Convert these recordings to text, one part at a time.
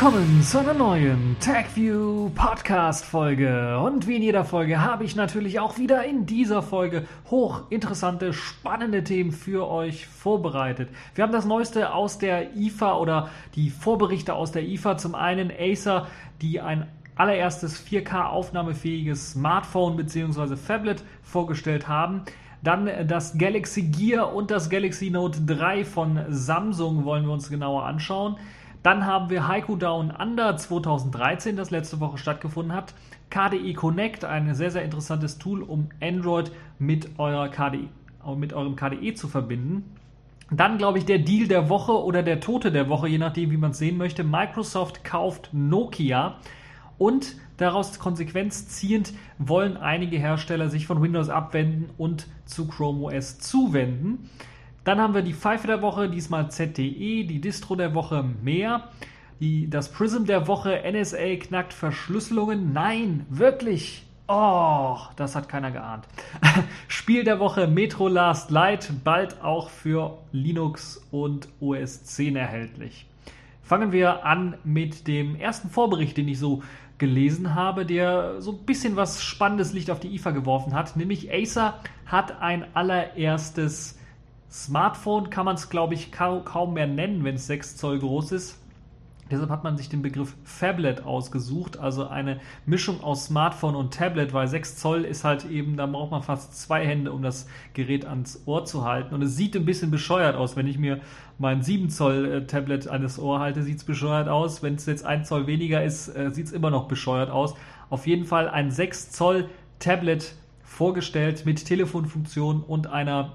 Willkommen zu einer neuen TechView Podcast Folge. Und wie in jeder Folge habe ich natürlich auch wieder in dieser Folge hochinteressante, spannende Themen für euch vorbereitet. Wir haben das Neueste aus der IFA oder die Vorberichte aus der IFA. Zum einen Acer, die ein allererstes 4K aufnahmefähiges Smartphone bzw. Phablet vorgestellt haben. Dann das Galaxy Gear und das Galaxy Note 3 von Samsung wollen wir uns genauer anschauen. Dann haben wir Haiku Down Under 2013, das letzte Woche stattgefunden hat. KDE Connect, ein sehr, sehr interessantes Tool, um Android mit eurem KDE zu verbinden. Dann, glaube ich, der Deal der Woche oder der Tote der Woche, je nachdem, wie man es sehen möchte. Microsoft kauft Nokia und daraus Konsequenz ziehend wollen einige Hersteller sich von Windows abwenden und zu Chrome OS zuwenden. Dann haben wir die Pfeife der Woche, diesmal ZTE, die Distro der Woche mehr, das Prism der Woche, NSA knackt Verschlüsselungen. Nein, wirklich. Oh, das hat keiner geahnt. Spiel der Woche, Metro Last Light, bald auch für Linux und OS 10 erhältlich. Fangen wir an mit dem ersten Vorbericht, den ich so gelesen habe, der so ein bisschen was spannendes Licht auf die IFA geworfen hat, nämlich Acer hat ein allererstes Smartphone, kann man es, glaube ich, kaum mehr nennen, wenn es 6 Zoll groß ist. Deshalb hat man sich den Begriff Phablet ausgesucht, also eine Mischung aus Smartphone und Tablet, weil 6 Zoll ist halt eben, da braucht man fast 2 Hände, um das Gerät ans Ohr zu halten. Und es sieht ein bisschen bescheuert aus, wenn ich mir mein 7 Zoll Tablet an das Ohr halte, sieht es bescheuert aus. Wenn es jetzt 1 Zoll weniger ist, sieht es immer noch bescheuert aus. Auf jeden Fall ein 6 Zoll Tablet vorgestellt mit Telefonfunktion und einer,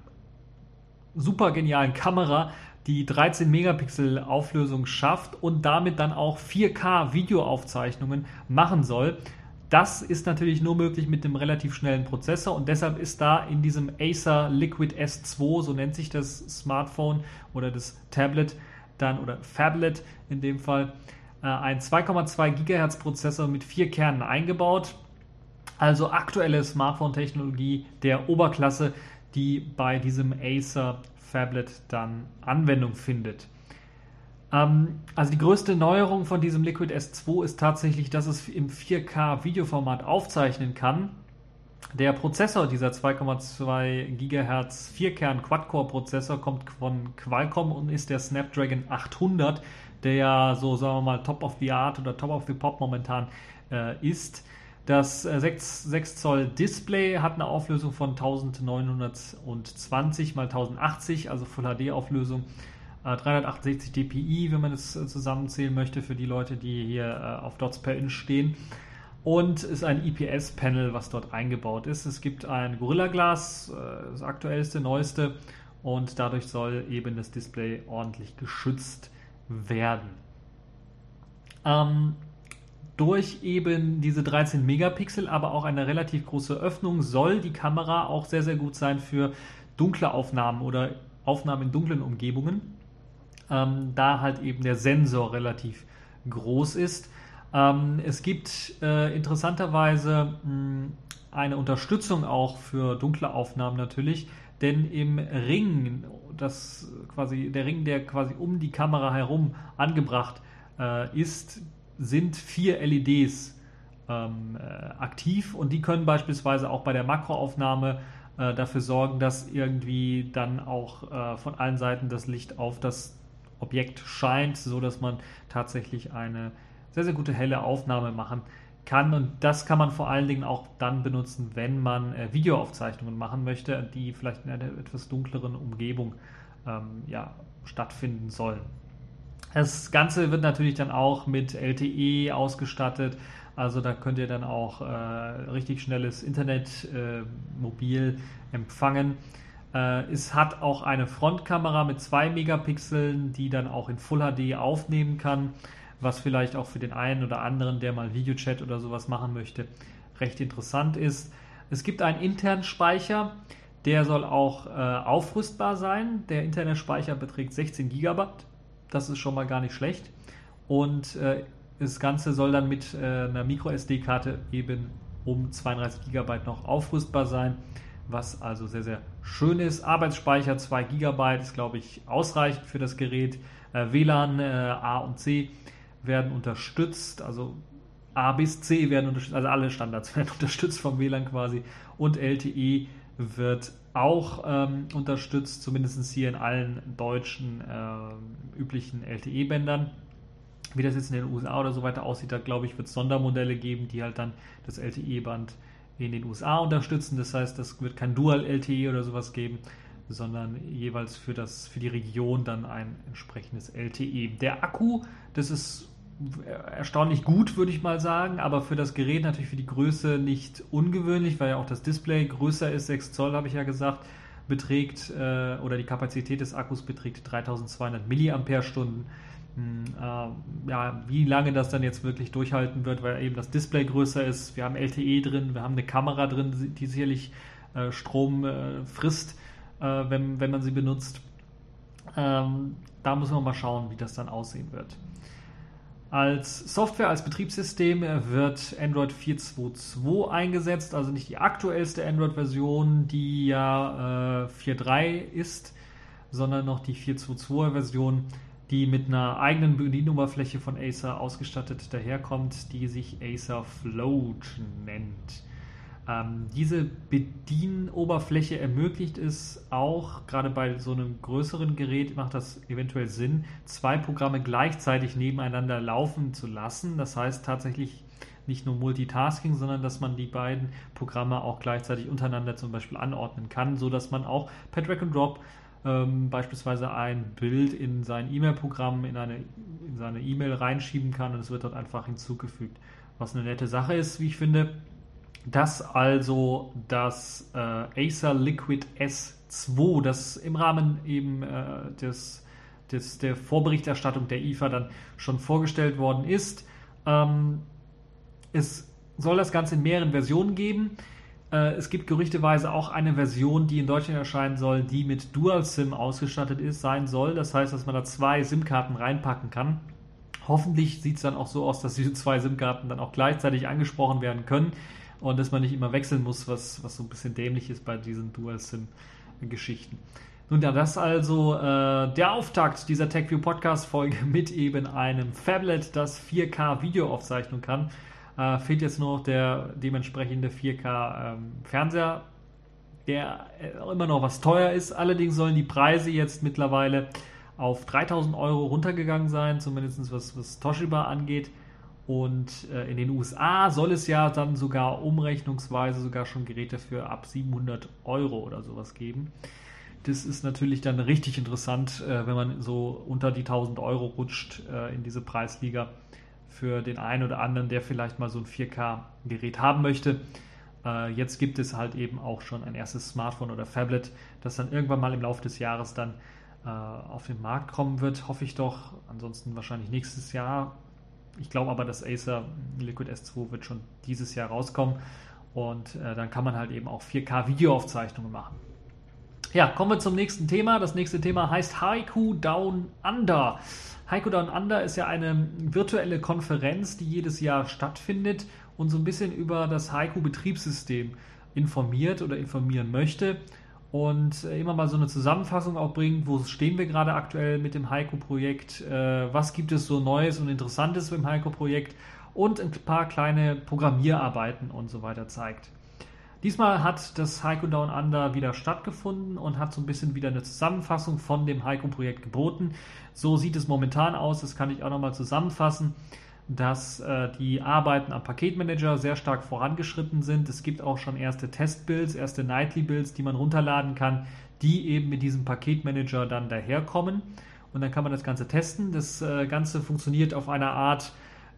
super genialen Kamera, die 13 Megapixel Auflösung schafft und damit dann auch 4K Videoaufzeichnungen machen soll. Das ist natürlich nur möglich mit einem relativ schnellen Prozessor und deshalb ist da in diesem Acer Liquid S2, so nennt sich das Smartphone oder das Tablet dann oder Phablet in dem Fall, ein 2,2 GHz Prozessor mit 4 Kernen eingebaut. Also aktuelle Smartphone-Technologie der Oberklasse, die bei diesem Acer Phablet dann Anwendung findet. Also die größte Neuerung von diesem Liquid S2 ist tatsächlich, dass es im 4K Videoformat aufzeichnen kann. Der Prozessor, dieser 2,2 GHz 4-Kern Quad-Core-Prozessor, kommt von Qualcomm und ist der Snapdragon 800, der ja so, sagen wir mal, Top of the Art oder Top of the Pop momentan ist. Das 6 Zoll Display hat eine Auflösung von 1920 x 1080, also Full HD Auflösung, 368 dpi, wenn man es zusammenzählen möchte für die Leute, die hier auf Dots per Inch stehen. Und ist ein IPS-Panel, was dort eingebaut ist. Es gibt ein Gorilla Glas, das aktuellste, neueste, und dadurch soll eben das Display ordentlich geschützt werden. Durch eben diese 13 Megapixel, aber auch eine relativ große Öffnung, soll die Kamera auch sehr, sehr gut sein für dunkle Aufnahmen oder Aufnahmen in dunklen Umgebungen, da halt eben der Sensor relativ groß ist. Es gibt interessanterweise eine Unterstützung auch für dunkle Aufnahmen natürlich, denn im Ring, der Ring, der quasi um die Kamera herum angebracht ist, sind 4 LEDs aktiv und die können beispielsweise auch bei der Makroaufnahme dafür sorgen, dass irgendwie dann auch von allen Seiten das Licht auf das Objekt scheint, so dass man tatsächlich eine sehr, sehr gute helle Aufnahme machen kann. Und das kann man vor allen Dingen auch dann benutzen, wenn man Videoaufzeichnungen machen möchte, die vielleicht in einer etwas dunkleren Umgebung stattfinden sollen. Das Ganze wird natürlich dann auch mit LTE ausgestattet, also da könnt ihr dann auch richtig schnelles Internet mobil empfangen. Es hat auch eine Frontkamera mit 2 Megapixeln, die dann auch in Full HD aufnehmen kann, was vielleicht auch für den einen oder anderen, der mal Videochat oder sowas machen möchte, recht interessant ist. Es gibt einen internen Speicher, der soll auch aufrüstbar sein. Der interne Speicher beträgt 16 GB. Das ist schon mal gar nicht schlecht. Und das Ganze soll dann mit einer MicroSD-Karte eben um 32 GB noch aufrüstbar sein, was also sehr, sehr schön ist. Arbeitsspeicher 2 GB ist, glaube ich, ausreichend für das Gerät. WLAN A und C werden unterstützt, also A bis C werden unterstützt, also alle Standards werden unterstützt vom WLAN quasi, und LTE wird auch unterstützt, zumindest hier in allen deutschen üblichen LTE-Bändern. Wie das jetzt in den USA oder so weiter aussieht, da glaube ich, wird es Sondermodelle geben, die halt dann das LTE-Band in den USA unterstützen. Das heißt, das wird kein Dual-LTE oder sowas geben, sondern jeweils für die Region dann ein entsprechendes LTE. Der Akku, das ist erstaunlich gut, würde ich mal sagen, aber für das Gerät natürlich für die Größe nicht ungewöhnlich, weil ja auch das Display größer ist, 6 Zoll habe ich ja gesagt, beträgt oder die Kapazität des Akkus beträgt 3200 mAh. Ja, wie lange das dann jetzt wirklich durchhalten wird, weil eben das Display größer ist, wir haben LTE drin, wir haben eine Kamera drin, die sicherlich Strom frisst, wenn man sie benutzt. Da müssen wir mal schauen, wie das dann aussehen wird. Als Software, als Betriebssystem wird Android 4.2.2 eingesetzt, also nicht die aktuellste Android-Version, die ja 4.3 ist, sondern noch die 4.2.2-Version, die mit einer eigenen Bedienoberfläche von Acer ausgestattet daherkommt, die sich Acer Float nennt. Diese Bedienoberfläche ermöglicht es auch, gerade bei so einem größeren Gerät macht das eventuell Sinn, 2 Programme gleichzeitig nebeneinander laufen zu lassen. Das heißt tatsächlich nicht nur Multitasking, sondern dass man die beiden Programme auch gleichzeitig untereinander zum Beispiel anordnen kann, sodass man auch per Drag and Drop beispielsweise ein Bild in sein E-Mail-Programm, in seine E-Mail reinschieben kann und es wird dort einfach hinzugefügt. Was eine nette Sache ist, wie ich finde. Das also das Acer Liquid S2, das im Rahmen eben der Vorberichterstattung der IFA dann schon vorgestellt worden ist. Es soll das Ganze in mehreren Versionen geben. Es gibt gerüchteweise auch eine Version, die in Deutschland erscheinen soll, die mit Dual-SIM ausgestattet sein soll. Das heißt, dass man da 2 SIM-Karten reinpacken kann. Hoffentlich sieht es dann auch so aus, dass diese 2 SIM-Karten dann auch gleichzeitig angesprochen werden können und dass man nicht immer wechseln muss, was so ein bisschen dämlich ist bei diesen Dual-SIM-Geschichten. Nun ja, das also der Auftakt dieser TechView Podcast-Folge mit eben einem Phablet, das 4K Videoaufzeichnung kann. Fehlt jetzt nur noch der dementsprechende 4K Fernseher, der immer noch was teuer ist. Allerdings sollen die Preise jetzt mittlerweile auf 3.000 Euro runtergegangen sein, zumindest was Toshiba angeht. Und in den USA soll es ja dann sogar umrechnungsweise sogar schon Geräte für ab 700 Euro oder sowas geben. Das ist natürlich dann richtig interessant, wenn man so unter die 1.000 Euro rutscht in diese Preisliga für den einen oder anderen, der vielleicht mal so ein 4K-Gerät haben möchte. Jetzt gibt es halt eben auch schon ein erstes Smartphone oder Phablet, das dann irgendwann mal im Laufe des Jahres dann auf den Markt kommen wird, hoffe ich doch. Ansonsten wahrscheinlich nächstes Jahr. Ich glaube aber, das Acer Liquid S2 wird schon dieses Jahr rauskommen und dann kann man halt eben auch 4K-Videoaufzeichnungen machen. Ja, kommen wir zum nächsten Thema. Das nächste Thema heißt Haiku Down Under. Haiku Down Under ist ja eine virtuelle Konferenz, die jedes Jahr stattfindet und so ein bisschen über das Haiku-Betriebssystem informiert oder informieren möchte und immer mal so eine Zusammenfassung auch bringt, wo stehen wir gerade aktuell mit dem Haiku-Projekt, was gibt es so Neues und Interessantes im Haiku-Projekt und ein paar kleine Programmierarbeiten und so weiter zeigt. Diesmal hat das Haiku Down Under wieder stattgefunden und hat so ein bisschen wieder eine Zusammenfassung von dem Haiku-Projekt geboten. So sieht es momentan aus, das kann ich auch nochmal zusammenfassen, dass die Arbeiten am Paketmanager sehr stark vorangeschritten sind. Es gibt auch schon erste Testbuilds, erste Nightly-Builds, die man runterladen kann, die eben mit diesem Paketmanager dann daherkommen. Und dann kann man das Ganze testen. Das Ganze funktioniert auf einer Art,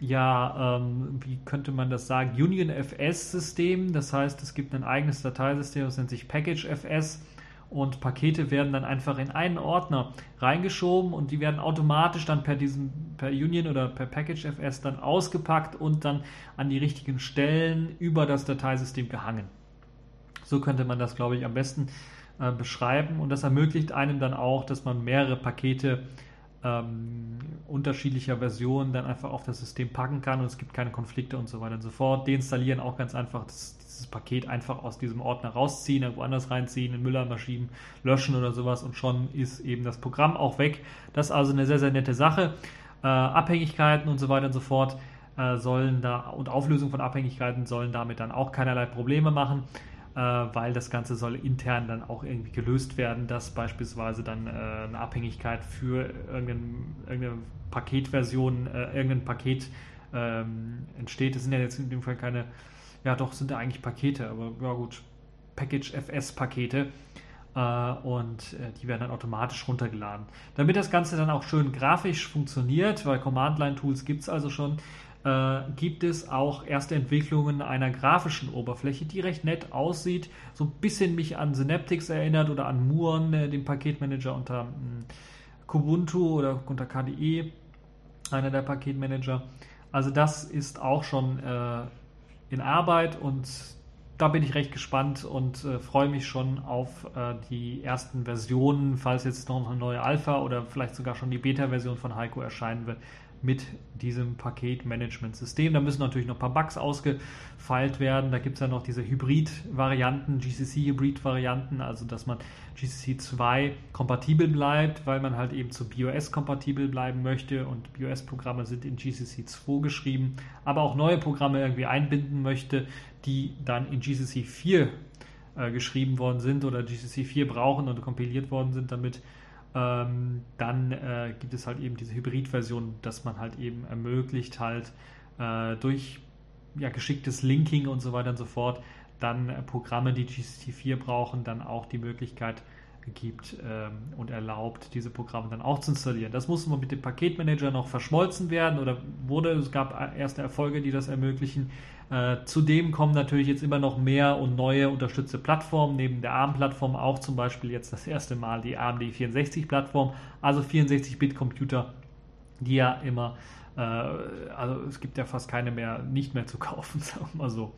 wie könnte man das sagen, Union-FS-System. Das heißt, es gibt ein eigenes Dateisystem, das nennt sich Package-FS. Und Pakete werden dann einfach in einen Ordner reingeschoben und die werden automatisch dann per Union oder per Package.fs dann ausgepackt und dann an die richtigen Stellen über das Dateisystem gehangen. So könnte man das, glaube ich, am besten beschreiben und das ermöglicht einem dann auch, dass man mehrere Pakete unterschiedlicher Versionen dann einfach auf das System packen kann und es gibt keine Konflikte und so weiter und so fort. Deinstallieren auch ganz einfach dieses Paket einfach aus diesem Ordner rausziehen, irgendwo anders reinziehen, in den Mülleimer schieben, löschen oder sowas und schon ist eben das Programm auch weg. Das ist also eine sehr, sehr nette Sache. Abhängigkeiten und so weiter und so fort sollen da und Auflösung von Abhängigkeiten sollen damit dann auch keinerlei Probleme machen, weil das Ganze soll intern dann auch irgendwie gelöst werden, dass beispielsweise dann eine Abhängigkeit für irgendeine Paketversion, irgendein Paket entsteht. Das sind ja jetzt in dem Fall keine, ja doch, sind ja eigentlich Pakete, aber ja gut, Package FS-Pakete. Und die werden dann automatisch runtergeladen. Damit das Ganze dann auch schön grafisch funktioniert, weil Command-Line-Tools gibt es also schon, gibt es auch erste Entwicklungen einer grafischen Oberfläche, die recht nett aussieht, so ein bisschen mich an Synaptics erinnert oder an Muon, den Paketmanager unter Kubuntu oder unter KDE, einer der Paketmanager. Also das ist auch schon in Arbeit und da bin ich recht gespannt und freue mich schon auf die ersten Versionen, falls jetzt noch eine neue Alpha oder vielleicht sogar schon die Beta-Version von Heiko erscheinen wird mit diesem Paketmanagement-System. Da müssen natürlich noch ein paar Bugs ausgefeilt werden. Da gibt es ja noch diese Hybrid-Varianten, GCC-Hybrid-Varianten, also dass man GCC 2 kompatibel bleibt, weil man halt eben zu BIOS kompatibel bleiben möchte und BIOS-Programme sind in GCC 2 geschrieben, aber auch neue Programme irgendwie einbinden möchte, die dann in GCC 4 geschrieben worden sind oder GCC 4 brauchen und kompiliert worden sind damit. Dann gibt es halt eben diese Hybrid-Version, dass man halt eben ermöglicht halt durch geschicktes Linking und so weiter und so fort dann Programme, die GCC 4 brauchen, dann auch die Möglichkeit gibt und erlaubt, diese Programme dann auch zu installieren. Das muss mit dem Paketmanager noch verschmolzen werden oder es gab erste Erfolge, die das ermöglichen. Zudem kommen natürlich jetzt immer noch mehr und neue unterstützte Plattformen, neben der ARM-Plattform auch zum Beispiel jetzt das erste Mal die AMD 64-Plattform, also 64-Bit-Computer, die ja immer, also es gibt ja fast keine mehr, nicht mehr zu kaufen, sagen wir mal so.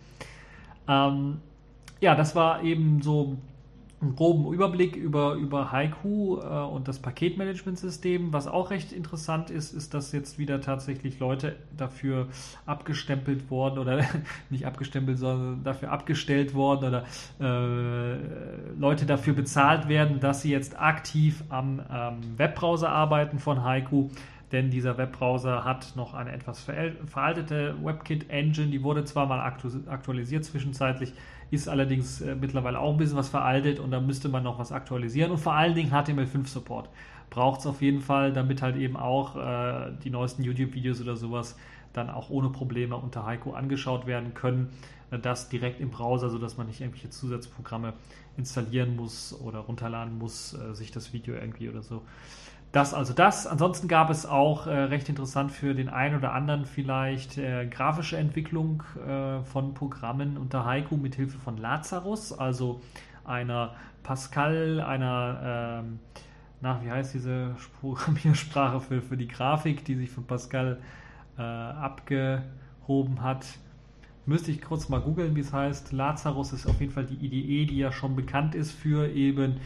Das war eben so einen groben Überblick über Haiku und das Paketmanagementsystem. Was auch recht interessant ist, dass jetzt wieder tatsächlich Leute dafür abgestempelt wurden oder nicht abgestempelt, sondern dafür abgestellt wurden oder Leute dafür bezahlt werden, dass sie jetzt aktiv am Webbrowser arbeiten von Haiku. Denn dieser Webbrowser hat noch eine etwas veraltete WebKit-Engine, die wurde zwar mal aktualisiert zwischenzeitlich, ist allerdings mittlerweile auch ein bisschen was veraltet und da müsste man noch was aktualisieren und vor allen Dingen HTML5-Support braucht es auf jeden Fall, damit halt eben auch die neuesten YouTube-Videos oder sowas dann auch ohne Probleme unter Haiku angeschaut werden können, das direkt im Browser, sodass man nicht irgendwelche Zusatzprogramme installieren muss oder runterladen muss, sich das Video irgendwie oder so. Das. Ansonsten gab es auch recht interessant für den einen oder anderen vielleicht grafische Entwicklung von Programmen unter Haiku mit Hilfe von Lazarus, also einer Pascal, einer, wie heißt diese Programmiersprache für die Grafik, die sich von Pascal abgehoben hat. Müsste ich kurz mal googeln, wie es heißt. Lazarus ist auf jeden Fall die IDE, die ja schon bekannt ist für eben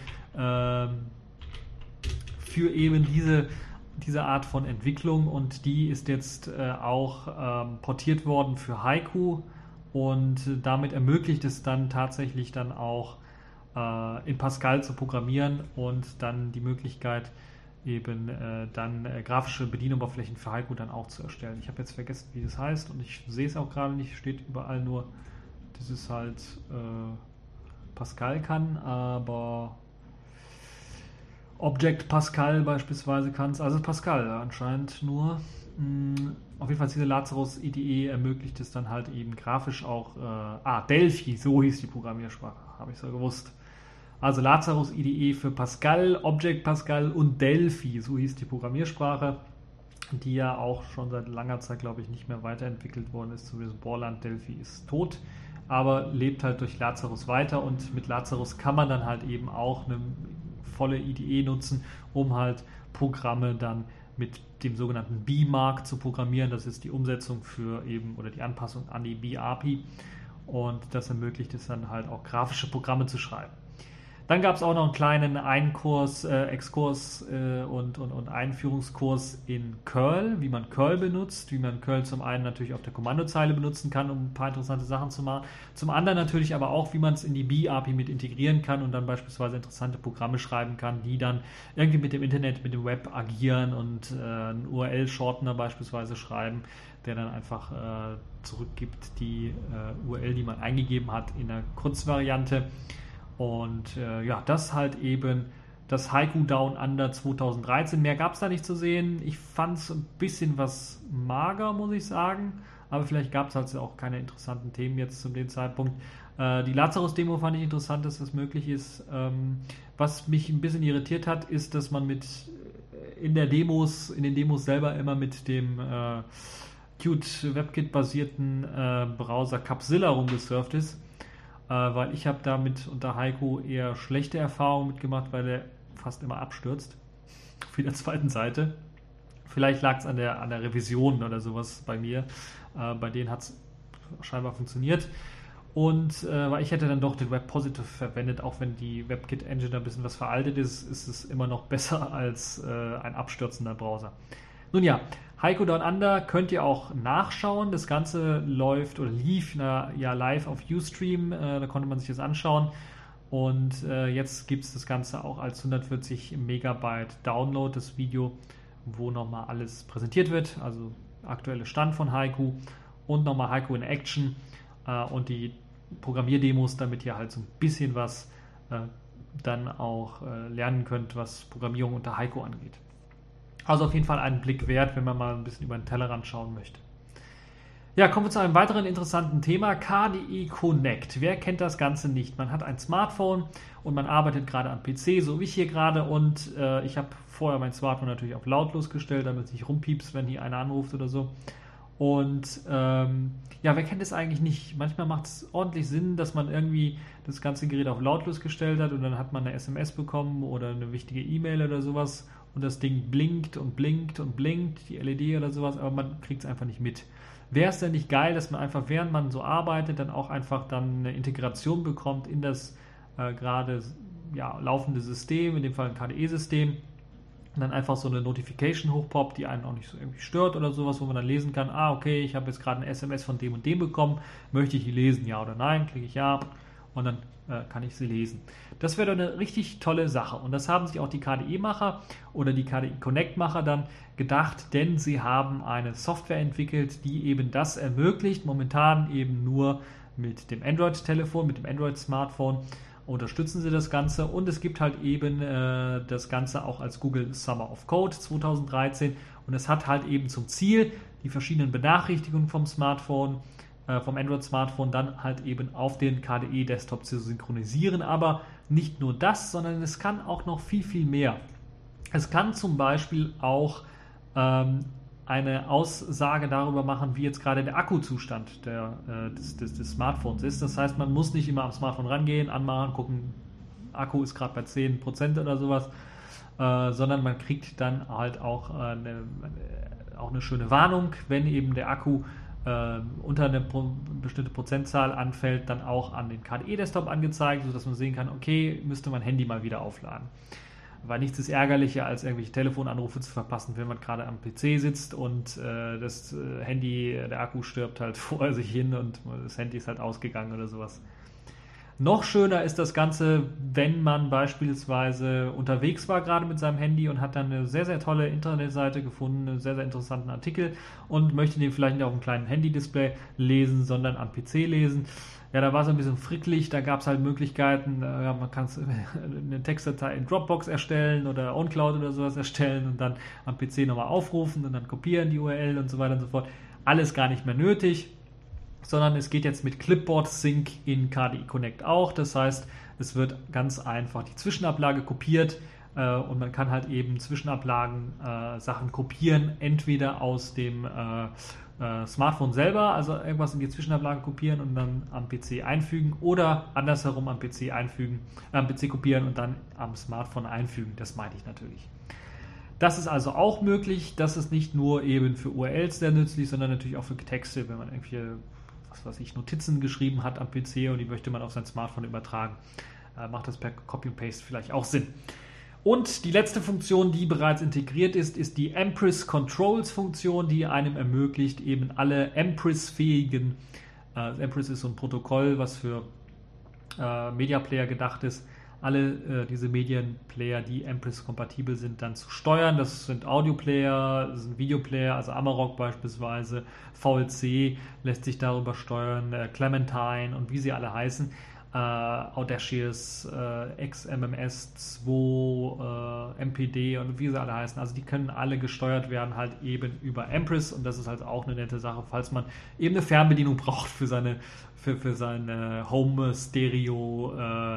diese Art von Entwicklung und die ist jetzt auch portiert worden für Haiku und damit ermöglicht es dann tatsächlich dann auch in Pascal zu programmieren und dann die Möglichkeit eben dann grafische Bedienoberflächen für Haiku dann auch zu erstellen. Ich habe jetzt vergessen, wie das heißt und ich sehe es auch gerade nicht, steht überall nur, dass es halt Pascal kann, aber Object Pascal beispielsweise kann es, also Pascal anscheinend nur. Auf jeden Fall diese Lazarus IDE ermöglicht es dann halt eben grafisch auch, Delphi, so hieß die Programmiersprache, habe ich so gewusst. Also Lazarus IDE für Pascal, Object Pascal und Delphi, so hieß die Programmiersprache, die ja auch schon seit langer Zeit, glaube ich, nicht mehr weiterentwickelt worden ist. Zumindest Borland Delphi ist tot, aber lebt halt durch Lazarus weiter und mit Lazarus kann man dann halt eben auch eine volle IDE nutzen, um halt Programme dann mit dem sogenannten B-Mark zu programmieren. Das ist die Umsetzung für eben oder die Anpassung an die B-API und das ermöglicht es dann halt auch grafische Programme zu schreiben. Dann gab es auch noch einen kleinen Exkurs und Einführungskurs in Curl, wie man Curl benutzt, wie man Curl zum einen natürlich auf der Kommandozeile benutzen kann, um ein paar interessante Sachen zu machen, zum anderen natürlich aber auch, wie man es in die B-API mit integrieren kann und dann beispielsweise interessante Programme schreiben kann, die dann irgendwie mit dem Internet, mit dem Web agieren und einen URL-Shortener beispielsweise schreiben, der dann einfach zurückgibt die URL, die man eingegeben hat, in einer Kurzvariante. Und das halt eben das Haiku Down Under 2013. Mehr gab es da nicht zu sehen. Ich fand es ein bisschen was mager, muss ich sagen. Aber vielleicht gab es halt auch keine interessanten Themen jetzt zu dem Zeitpunkt. Die Lazarus-Demo fand ich interessant, dass das möglich ist. Was mich ein bisschen irritiert hat, ist, dass man in den Demos selber immer mit dem Qt WebKit-basierten Browser Capzilla rumgesurft ist. Weil ich habe damit unter Haiku eher schlechte Erfahrungen mitgemacht, weil der fast immer abstürzt. Auf jeder zweiten Seite. Vielleicht lag es an der Revision oder sowas bei mir. Bei denen hat es scheinbar funktioniert. Und weil ich hätte dann doch den WebPositive verwendet, auch wenn die WebKit-Engine ein bisschen was veraltet ist, ist es immer noch besser als ein abstürzender Browser. Nun ja, Haiku Down Under könnt ihr auch nachschauen. Das Ganze lief live auf Ustream. Da konnte man sich das anschauen. Und jetzt gibt es das Ganze auch als 140 Megabyte Download, das Video, wo nochmal alles präsentiert wird. Also aktuelle Stand von Haiku und nochmal Haiku in Action und die Programmierdemos, damit ihr halt so ein bisschen was dann auch lernen könnt, was Programmierung unter Haiku angeht. Also auf jeden Fall einen Blick wert, wenn man mal ein bisschen über den Tellerrand schauen möchte. Ja, kommen wir zu einem weiteren interessanten Thema, KDE Connect. Wer kennt das Ganze nicht? Man hat ein Smartphone und man arbeitet gerade am PC, so wie ich hier gerade. Und ich habe vorher mein Smartphone natürlich auf lautlos gestellt, damit es nicht rumpiepst, wenn hier einer anruft oder so. Und wer kennt es eigentlich nicht? Manchmal macht es ordentlich Sinn, dass man irgendwie das ganze Gerät auf lautlos gestellt hat und dann hat man eine SMS bekommen oder eine wichtige E-Mail oder sowas. Und das Ding blinkt und blinkt und blinkt, die LED oder sowas, aber man kriegt es einfach nicht mit. Wäre es denn nicht geil, dass man einfach, während man so arbeitet, dann auch einfach dann eine Integration bekommt in das gerade laufende System, in dem Fall ein KDE-System, und dann einfach so eine Notification hochpoppt, die einen auch nicht so irgendwie stört oder sowas, wo man dann lesen kann, okay, ich habe jetzt gerade eine SMS von dem und dem bekommen, möchte ich die lesen, ja oder nein, klicke ich ja und dann kann ich sie lesen. Das wäre doch eine richtig tolle Sache und das haben sich auch die KDE-Macher oder die KDE Connect-Macher dann gedacht, denn sie haben eine Software entwickelt, die eben das ermöglicht, momentan eben nur mit dem Android-Telefon, mit dem Android-Smartphone unterstützen sie das Ganze und es gibt halt eben das Ganze auch als Google Summer of Code 2013 und es hat halt eben zum Ziel, die verschiedenen Benachrichtigungen vom Smartphone, vom Android-Smartphone dann halt eben auf den KDE-Desktop zu synchronisieren, aber nicht nur das, sondern es kann auch noch viel, viel mehr. Es kann zum Beispiel auch eine Aussage darüber machen, wie jetzt gerade der Akkuzustand des Smartphones ist. Das heißt, man muss nicht immer am Smartphone rangehen, anmachen, gucken, Akku ist gerade bei 10% oder sowas, sondern man kriegt dann halt auch eine schöne Warnung, wenn eben der Akku unter eine bestimmte Prozentzahl anfällt, dann auch an den KDE-Desktop angezeigt, sodass man sehen kann, okay, müsste mein Handy mal wieder aufladen. Weil nichts ist ärgerlicher, als irgendwelche Telefonanrufe zu verpassen, wenn man gerade am PC sitzt und das Handy, der Akku stirbt halt vor sich hin und das Handy ist halt ausgegangen oder sowas. Noch schöner ist das Ganze, wenn man beispielsweise unterwegs war gerade mit seinem Handy und hat dann eine sehr, sehr tolle Internetseite gefunden, einen sehr, sehr interessanten Artikel und möchte den vielleicht nicht auf einem kleinen Handy-Display lesen, sondern am PC lesen. Ja, da war es ein bisschen fricklig, da gab es halt Möglichkeiten, man kann eine Textdatei in Dropbox erstellen oder OnCloud oder sowas erstellen und dann am PC nochmal aufrufen und dann kopieren die URL und so weiter und so fort. Alles gar nicht mehr nötig, sondern es geht jetzt mit Clipboard Sync in KDE Connect auch. Das heißt, es wird ganz einfach die Zwischenablage kopiert und man kann halt eben Zwischenablagen Sachen kopieren, entweder aus dem Smartphone selber, also irgendwas in die Zwischenablage kopieren und dann am PC einfügen oder andersherum am PC kopieren und dann am Smartphone einfügen. Das meine ich natürlich. Das ist also auch möglich. Das ist nicht nur eben für URLs sehr nützlich, sondern natürlich auch für Texte, wenn man irgendwelche Notizen geschrieben hat am PC und die möchte man auf sein Smartphone übertragen. macht das per Copy und Paste vielleicht auch Sinn. Und die letzte Funktion, die bereits integriert ist die Empress Controls Funktion, die einem ermöglicht, eben alle Empress-fähigen, Empress ist so ein Protokoll, was für Media Player gedacht ist, alle diese Medienplayer, die Empress-kompatibel sind, dann zu steuern. Das sind Audio-Player, das sind Videoplayer, also Amarok beispielsweise, VLC lässt sich darüber steuern, Clementine und wie sie alle heißen. Audacious, XMMS 2, MPD und wie sie alle heißen. Also die können alle gesteuert werden halt eben über Empress und das ist halt auch eine nette Sache, falls man eben eine Fernbedienung braucht für seine Home Stereo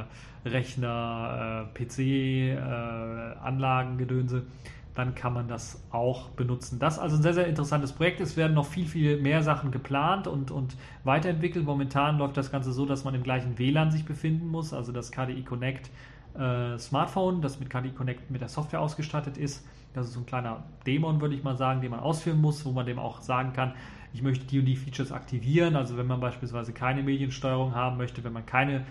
Rechner, PC, Anlagengedönse, dann kann man das auch benutzen. Das ist also ein sehr, sehr interessantes Projekt. Es werden noch viel, viel mehr Sachen geplant und weiterentwickelt. Momentan läuft das Ganze so, dass man im gleichen WLAN sich befinden muss, also das KDE Connect Smartphone, das mit KDE Connect mit der Software ausgestattet ist. Das ist so ein kleiner Dämon, würde ich mal sagen, den man ausführen muss, wo man dem auch sagen kann, ich möchte die und die Features aktivieren. Also wenn man beispielsweise keine Mediensteuerung haben möchte, wenn man keine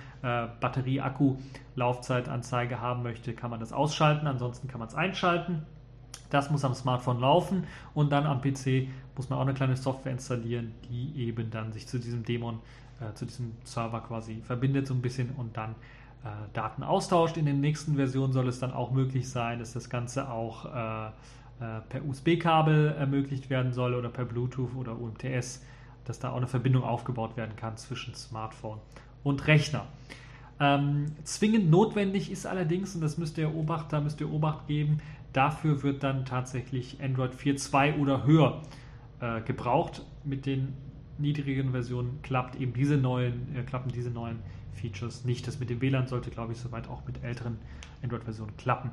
Batterie-Akku-Laufzeitanzeige haben möchte, kann man das ausschalten. Ansonsten kann man es einschalten. Das muss am Smartphone laufen und dann am PC muss man auch eine kleine Software installieren, die eben dann sich zu diesem Dämon, zu diesem Server quasi verbindet so ein bisschen und dann Daten austauscht. In den nächsten Versionen soll es dann auch möglich sein, dass das Ganze auch per USB-Kabel ermöglicht werden soll oder per Bluetooth oder UMTS, dass da auch eine Verbindung aufgebaut werden kann zwischen Smartphone und Rechner. Zwingend notwendig ist allerdings, und das müsst ihr Obacht geben, dafür wird dann tatsächlich Android 4.2 oder höher gebraucht. Mit den niedrigen Versionen klappen diese neuen Features nicht. Das mit dem WLAN sollte, glaube ich, soweit auch mit älteren Android-Versionen klappen.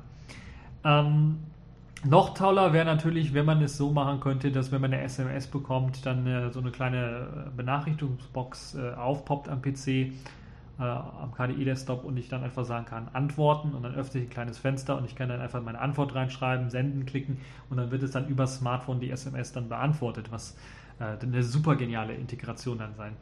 Noch toller wäre natürlich, wenn man es so machen könnte, dass wenn man eine SMS bekommt, dann so eine kleine Benachrichtigungsbox aufpoppt am PC, am KDE-Desktop und ich dann einfach sagen kann, antworten und dann öffnet sich ein kleines Fenster und ich kann dann einfach meine Antwort reinschreiben, senden, klicken und dann wird es dann über das Smartphone die SMS dann beantwortet, was eine super geniale Integration dann sein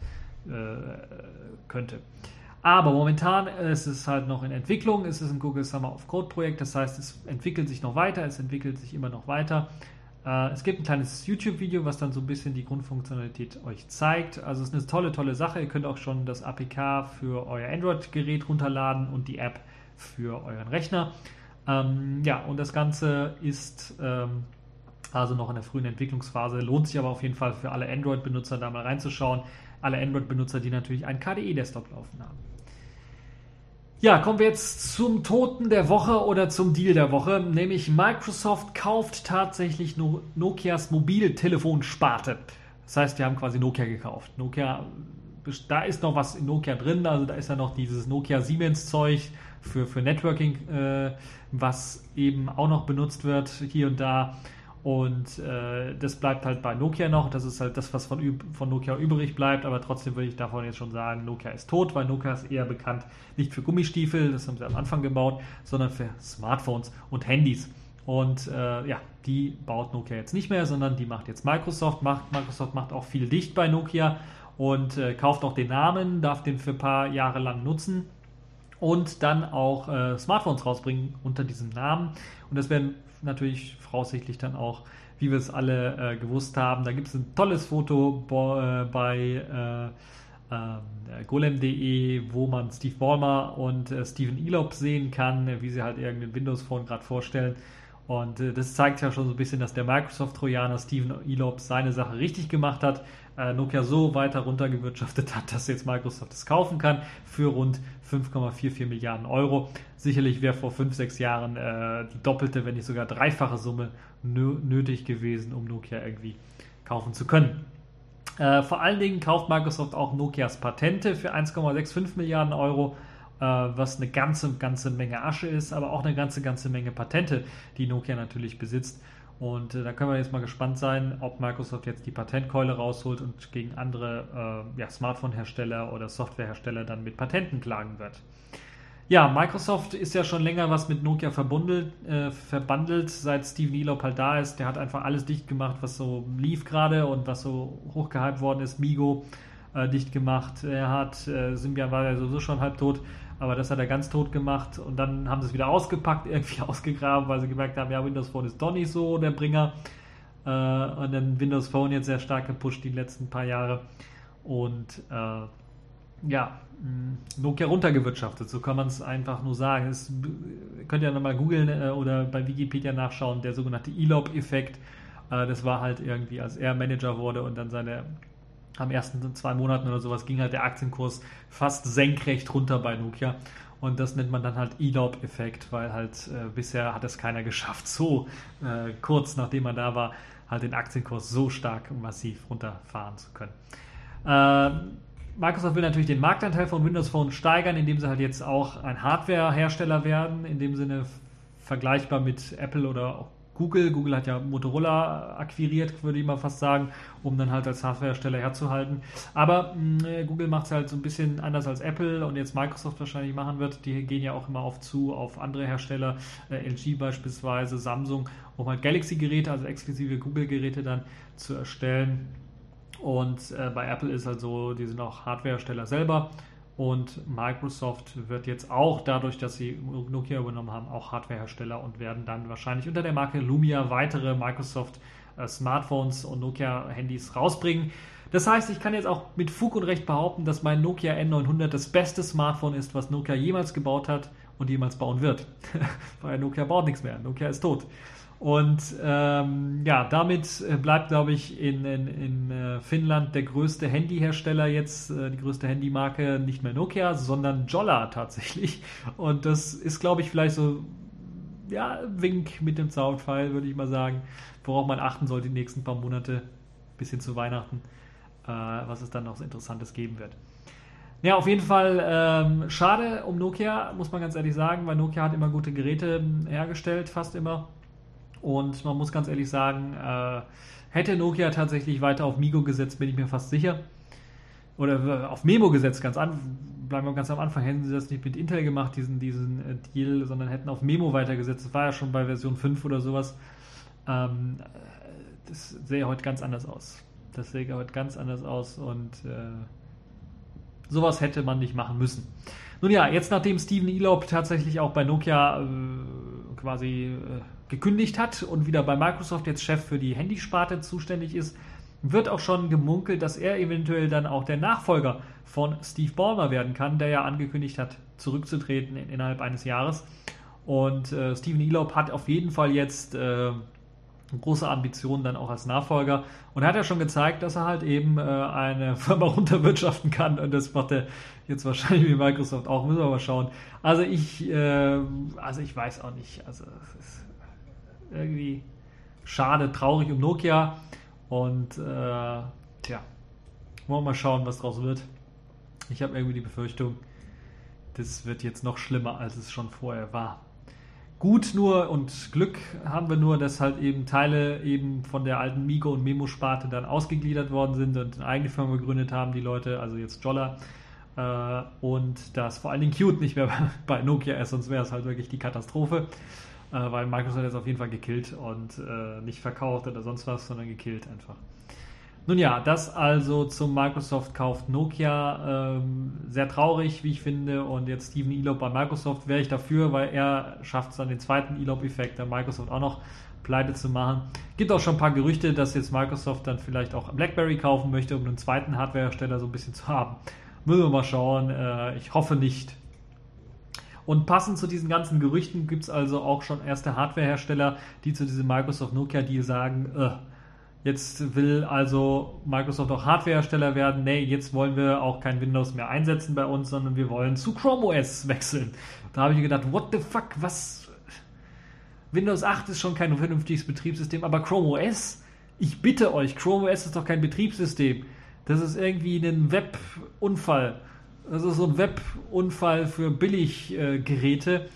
könnte. Aber momentan ist es halt noch in Entwicklung, es ist ein Google Summer of Code Projekt, das heißt, es entwickelt sich noch weiter, es entwickelt sich immer noch weiter. Es gibt ein kleines YouTube-Video, was dann so ein bisschen die Grundfunktionalität euch zeigt. Also es ist eine tolle, tolle Sache. Ihr könnt auch schon das APK für euer Android-Gerät runterladen und die App für euren Rechner. Und das Ganze ist also noch in der frühen Entwicklungsphase. Lohnt sich aber auf jeden Fall für alle Android-Benutzer da mal reinzuschauen. Alle Android-Benutzer, die natürlich einen KDE-Desktop laufen haben. Ja, kommen wir jetzt zum Toten der Woche oder zum Deal der Woche, nämlich Microsoft kauft tatsächlich Nokias Mobiltelefonsparte. Das heißt, die haben quasi Nokia gekauft. Nokia, da ist noch was in Nokia drin, also da ist ja noch dieses Nokia Siemens-Zeug für Networking, was eben auch noch benutzt wird hier und da. Und das bleibt halt bei Nokia noch. Das ist halt das, was von Nokia übrig bleibt. Aber trotzdem würde ich davon jetzt schon sagen, Nokia ist tot, weil Nokia ist eher bekannt nicht für Gummistiefel, das haben sie am Anfang gebaut, sondern für Smartphones und Handys. Und die baut Nokia jetzt nicht mehr, sondern die macht jetzt Microsoft. Microsoft macht auch viel dicht bei Nokia und kauft auch den Namen, darf den für ein paar Jahre lang nutzen und dann auch Smartphones rausbringen unter diesem Namen. Und das werden natürlich voraussichtlich dann auch, wie wir es alle gewusst haben. Da gibt es ein tolles Foto bei golem.de, wo man Steve Ballmer und Steven Elop sehen kann, wie sie halt irgendein Windows Phone gerade vorstellen. Und das zeigt ja schon so ein bisschen, dass der Microsoft-Trojaner Steven Elop seine Sache richtig gemacht hat, Nokia so weiter runtergewirtschaftet hat, dass jetzt Microsoft es kaufen kann für rund 5,44 Milliarden Euro. Sicherlich wäre vor 5-6 Jahren die doppelte, wenn nicht sogar dreifache Summe nötig gewesen, um Nokia irgendwie kaufen zu können. Vor allen Dingen kauft Microsoft auch Nokias Patente für 1,65 Milliarden Euro, was eine ganze Menge Asche ist, aber auch eine ganze Menge Patente, die Nokia natürlich besitzt. Und da können wir jetzt mal gespannt sein, ob Microsoft jetzt die Patentkeule rausholt und gegen andere Smartphone-Hersteller oder Softwarehersteller dann mit Patenten klagen wird. Ja, Microsoft ist ja schon länger was mit Nokia verbandelt, seit Steven Elop halt da ist. Der hat einfach alles dicht gemacht, was so lief gerade und was so hochgehypt worden ist. MeeGo, dicht gemacht. Symbian war ja sowieso schon halb tot, aber das hat er ganz tot gemacht und dann haben sie es wieder ausgepackt, irgendwie ausgegraben, weil sie gemerkt haben, ja, Windows Phone ist doch nicht so der Bringer. Und dann Windows Phone jetzt sehr stark gepusht die letzten paar Jahre und Nokia runtergewirtschaftet, so kann man es einfach nur sagen. Könnt ihr nochmal googeln oder bei Wikipedia nachschauen, der sogenannte ELOP-Effekt. Das war halt irgendwie, als er Manager wurde und dann am ersten 2 Monaten oder sowas ging halt der Aktienkurs fast senkrecht runter bei Nokia. Und das nennt man dann halt ELOP-Effekt, weil halt bisher hat es keiner geschafft, so kurz nachdem man da war, halt den Aktienkurs so stark und massiv runterfahren zu können. Microsoft will natürlich den Marktanteil von Windows Phone steigern, indem sie halt jetzt auch ein Hardware-Hersteller werden, in dem Sinne vergleichbar mit Apple oder auch Google. Google hat ja Motorola akquiriert, würde ich mal fast sagen, um dann halt als Hardwarehersteller herzuhalten. Aber Google macht es halt so ein bisschen anders als Apple und jetzt Microsoft wahrscheinlich machen wird. Die gehen ja auch immer auf andere Hersteller, LG beispielsweise, Samsung, um halt Galaxy-Geräte, also exklusive Google-Geräte dann zu erstellen. Und bei Apple ist halt so, die sind auch Hardwarehersteller selber. Und Microsoft wird jetzt auch, dadurch, dass sie Nokia übernommen haben, auch Hardwarehersteller und werden dann wahrscheinlich unter der Marke Lumia weitere Microsoft Smartphones und Nokia-Handys rausbringen. Das heißt, ich kann jetzt auch mit Fug und Recht behaupten, dass mein Nokia N900 das beste Smartphone ist, was Nokia jemals gebaut hat und jemals bauen wird. Weil Nokia baut nichts mehr. Nokia ist tot. Und damit bleibt, glaube ich, in Finnland der größte Handyhersteller jetzt, die größte Handymarke, nicht mehr Nokia, sondern Jolla tatsächlich. Und das ist, glaube ich, vielleicht so, Wink mit dem Zaunpfeil, würde ich mal sagen, worauf man achten sollte die nächsten paar Monate, bis hin zu Weihnachten, was es dann noch so Interessantes geben wird. Ja, auf jeden Fall schade um Nokia, muss man ganz ehrlich sagen, weil Nokia hat immer gute Geräte hergestellt, fast immer. Und man muss ganz ehrlich sagen, hätte Nokia tatsächlich weiter auf Migo gesetzt, bin ich mir fast sicher. Oder auf Memo gesetzt, bleiben wir ganz am Anfang, hätten sie das nicht mit Intel gemacht, diesen Deal, sondern hätten auf Memo weitergesetzt. Das war ja schon bei Version 5 oder sowas. Das sähe heute ganz anders aus. Und sowas hätte man nicht machen müssen. Nun ja, jetzt nachdem Stephen Elop tatsächlich auch bei Nokia gekündigt hat und wieder bei Microsoft jetzt Chef für die Handysparte zuständig ist, wird auch schon gemunkelt, dass er eventuell dann auch der Nachfolger von Steve Ballmer werden kann, der ja angekündigt hat, zurückzutreten innerhalb eines Jahres. Und Stephen Elop hat auf jeden Fall jetzt große Ambitionen dann auch als Nachfolger und er hat ja schon gezeigt, dass er halt eben eine Firma runterwirtschaften kann und das macht er jetzt wahrscheinlich wie Microsoft auch, müssen wir mal schauen. Also ich weiß auch nicht, also es ist irgendwie schade, traurig um Nokia und wollen wir mal schauen, was draus wird. Ich habe irgendwie die Befürchtung, das wird jetzt noch schlimmer, als es schon vorher war. Gut nur und Glück haben wir nur, dass halt eben Teile eben von der alten Migo- und Memo-Sparte dann ausgegliedert worden sind und eine eigene Firma gegründet haben, die Leute, also jetzt Jolla, und dass vor allen Dingen Qt nicht mehr bei Nokia ist, sonst wäre es halt wirklich die Katastrophe, weil Microsoft hat es auf jeden Fall gekillt und nicht verkauft oder sonst was, sondern gekillt einfach. Nun ja, das also zum Microsoft kauft Nokia, sehr traurig, wie ich finde, und jetzt Stephen Elop bei Microsoft wäre ich dafür, weil er schafft es dann den zweiten Elop-Effekt, dann Microsoft auch noch pleite zu machen. Gibt auch schon ein paar Gerüchte, dass jetzt Microsoft dann vielleicht auch BlackBerry kaufen möchte, um einen zweiten Hardwarehersteller so ein bisschen zu haben. Müssen wir mal schauen, ich hoffe nicht. Und passend zu diesen ganzen Gerüchten gibt es also auch schon erste Hardwarehersteller, die zu diesem Microsoft-Nokia-Deal sagen, jetzt will also Microsoft auch Hardwarehersteller werden. Nee, jetzt wollen wir auch kein Windows mehr einsetzen bei uns, sondern wir wollen zu Chrome OS wechseln. Da habe ich mir gedacht, what the fuck, was? Windows 8 ist schon kein vernünftiges Betriebssystem, aber Chrome OS? Ich bitte euch, Chrome OS ist doch kein Betriebssystem. Das ist irgendwie ein Webunfall. Das ist so ein Webunfall für Billiggeräte.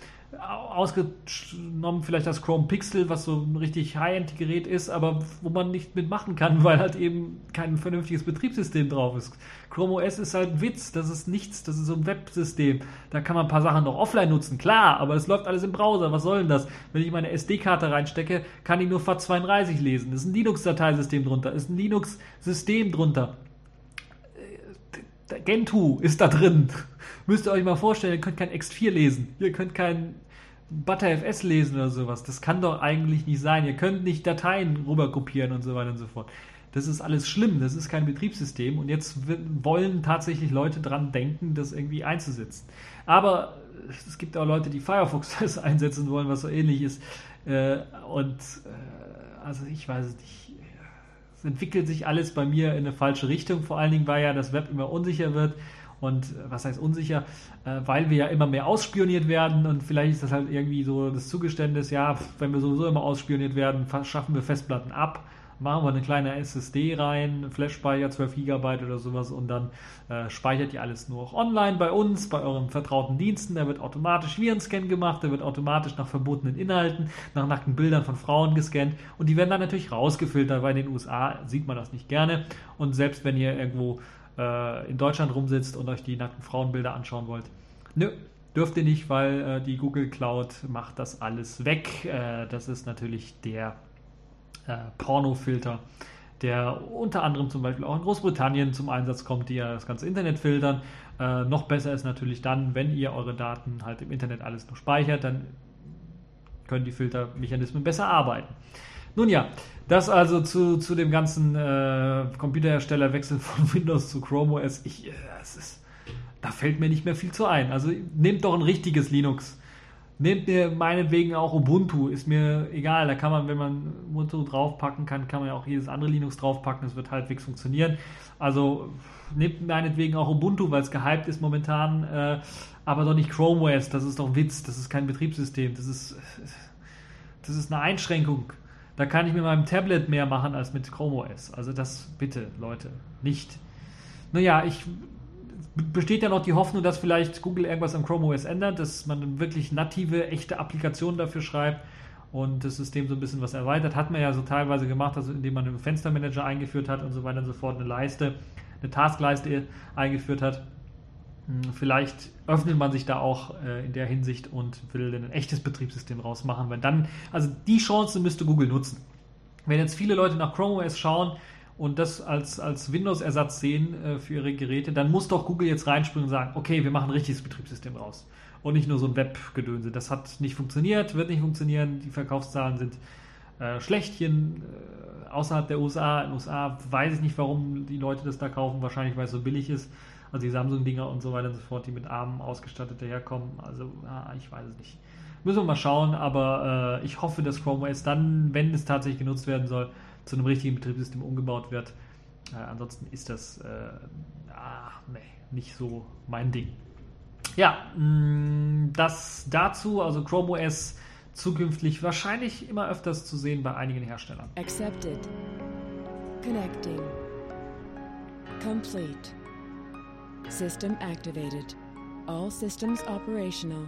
Ausgenommen vielleicht das Chrome Pixel, was so ein richtig High-End-Gerät ist, aber wo man nicht mitmachen kann, weil halt eben kein vernünftiges Betriebssystem drauf ist. Chrome OS ist halt ein Witz, das ist nichts, das ist so ein Websystem. Da kann man ein paar Sachen noch offline nutzen, klar, aber es läuft alles im Browser, was soll denn das? Wenn ich meine SD-Karte reinstecke, kann ich nur FAT32 lesen. Das ist ein Linux-Dateisystem drunter, ist ein Linux-System drunter. Gentoo ist da drin. Müsst ihr euch mal vorstellen, ihr könnt kein X4 lesen. Ihr könnt kein ButterFS lesen oder sowas. Das kann doch eigentlich nicht sein. Ihr könnt nicht Dateien rüberkopieren und so weiter und so fort. Das ist alles schlimm. Das ist kein Betriebssystem. Und jetzt wollen tatsächlich Leute dran denken, das irgendwie einzusetzen. Aber es gibt auch Leute, die Firefox das einsetzen wollen, was so ähnlich ist. Also ich weiß es nicht. Es entwickelt sich alles bei mir in eine falsche Richtung. Vor allen Dingen, weil ja das Web immer unsicher wird. Und was heißt unsicher? Weil wir ja immer mehr ausspioniert werden und vielleicht ist das halt irgendwie so das Zugeständnis, ja, wenn wir sowieso immer ausspioniert werden, schaffen wir Festplatten ab, machen wir eine kleine SSD rein, Flash-Speicher, 12 GB oder sowas und dann speichert ihr alles nur online bei uns, bei euren vertrauten Diensten. Da wird automatisch Virenscan gemacht, da wird automatisch nach verbotenen Inhalten, nach nackten Bildern von Frauen gescannt und die werden dann natürlich rausgefiltert, weil in den USA sieht man das nicht gerne und selbst wenn ihr irgendwo in Deutschland rumsitzt und euch die nackten Frauenbilder anschauen wollt. Nö, dürft ihr nicht, weil die Google Cloud macht das alles weg. Das ist natürlich der Pornofilter, der unter anderem zum Beispiel auch in Großbritannien zum Einsatz kommt, die ja das ganze Internet filtern. Noch besser ist natürlich dann, wenn ihr eure Daten halt im Internet alles nur speichert, dann können die Filtermechanismen besser arbeiten. Nun ja, das also zu dem ganzen Computerherstellerwechsel von Windows zu Chrome OS. Da fällt mir nicht mehr viel zu ein. Also nehmt doch ein richtiges Linux. Nehmt mir meinetwegen auch Ubuntu. Ist mir egal. Da kann man, wenn man Ubuntu draufpacken kann, kann man ja auch jedes andere Linux draufpacken. Das wird halbwegs funktionieren. Also nehmt meinetwegen auch Ubuntu, weil es gehypt ist momentan. Aber doch nicht Chrome OS. Das ist doch ein Witz. Das ist kein Betriebssystem. Das ist eine Einschränkung. Da kann ich mit meinem Tablet mehr machen als mit Chrome OS. Also das bitte, Leute, nicht. Naja, besteht ja noch die Hoffnung, dass vielleicht Google irgendwas am Chrome OS ändert, dass man wirklich native, echte Applikationen dafür schreibt und das System so ein bisschen was erweitert. Hat man ja so teilweise gemacht, also indem man einen Fenstermanager eingeführt hat und so weiter und so fort, eine Taskleiste eingeführt hat. Vielleicht öffnet man sich da auch in der Hinsicht und will ein echtes Betriebssystem rausmachen, weil dann, also die Chance müsste Google nutzen. Wenn jetzt viele Leute nach Chrome OS schauen und das als Windows-Ersatz sehen für ihre Geräte, dann muss doch Google jetzt reinspringen und sagen, okay, wir machen ein richtiges Betriebssystem raus und nicht nur so ein Webgedönse. Das hat nicht funktioniert, wird nicht funktionieren, die Verkaufszahlen sind schlecht hier außerhalb der USA. In den USA weiß ich nicht, warum die Leute das da kaufen, wahrscheinlich weil es so billig ist. Also die Samsung-Dinger und so weiter und so fort, die mit ARM ausgestattet daherkommen. Also, ich weiß es nicht. Müssen wir mal schauen, aber ich hoffe, dass Chrome OS dann, wenn es tatsächlich genutzt werden soll, zu einem richtigen Betriebssystem umgebaut wird. Ansonsten ist das nicht so mein Ding. Ja, das dazu, also Chrome OS zukünftig wahrscheinlich immer öfters zu sehen bei einigen Herstellern. Accepted. Connecting. Complete. System activated. All systems operational.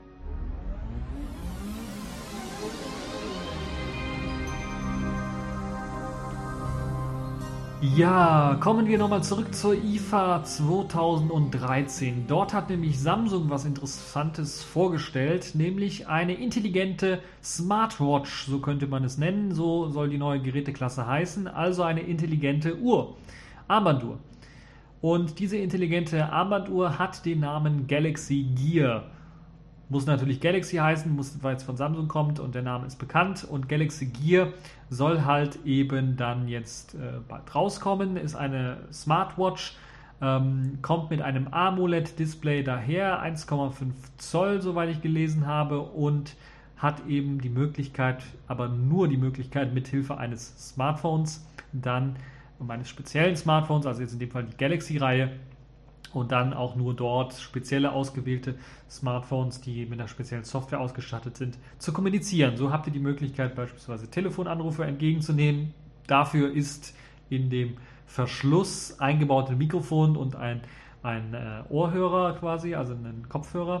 Ja, kommen wir nochmal zurück zur IFA 2013. Dort hat nämlich Samsung was Interessantes vorgestellt, nämlich eine intelligente Smartwatch, so könnte man es nennen, so soll die neue Geräteklasse heißen, also eine intelligente Uhr, Armbanduhr. Und diese intelligente Armbanduhr hat den Namen Galaxy Gear. Muss natürlich Galaxy heißen, weil es von Samsung kommt und der Name ist bekannt. Und Galaxy Gear soll halt eben dann jetzt bald rauskommen. Ist eine Smartwatch, kommt mit einem AMOLED-Display daher, 1,5 Zoll, soweit ich gelesen habe, und hat eben die Möglichkeit, aber nur die Möglichkeit, mithilfe eines Smartphones dann eines speziellen Smartphones, also jetzt in dem Fall die Galaxy-Reihe, und dann auch nur dort spezielle ausgewählte Smartphones, die mit einer speziellen Software ausgestattet sind, zu kommunizieren. So habt ihr die Möglichkeit, beispielsweise Telefonanrufe entgegenzunehmen. Dafür ist in dem Verschluss eingebaut ein Mikrofon und ein Ohrhörer quasi, also ein Kopfhörer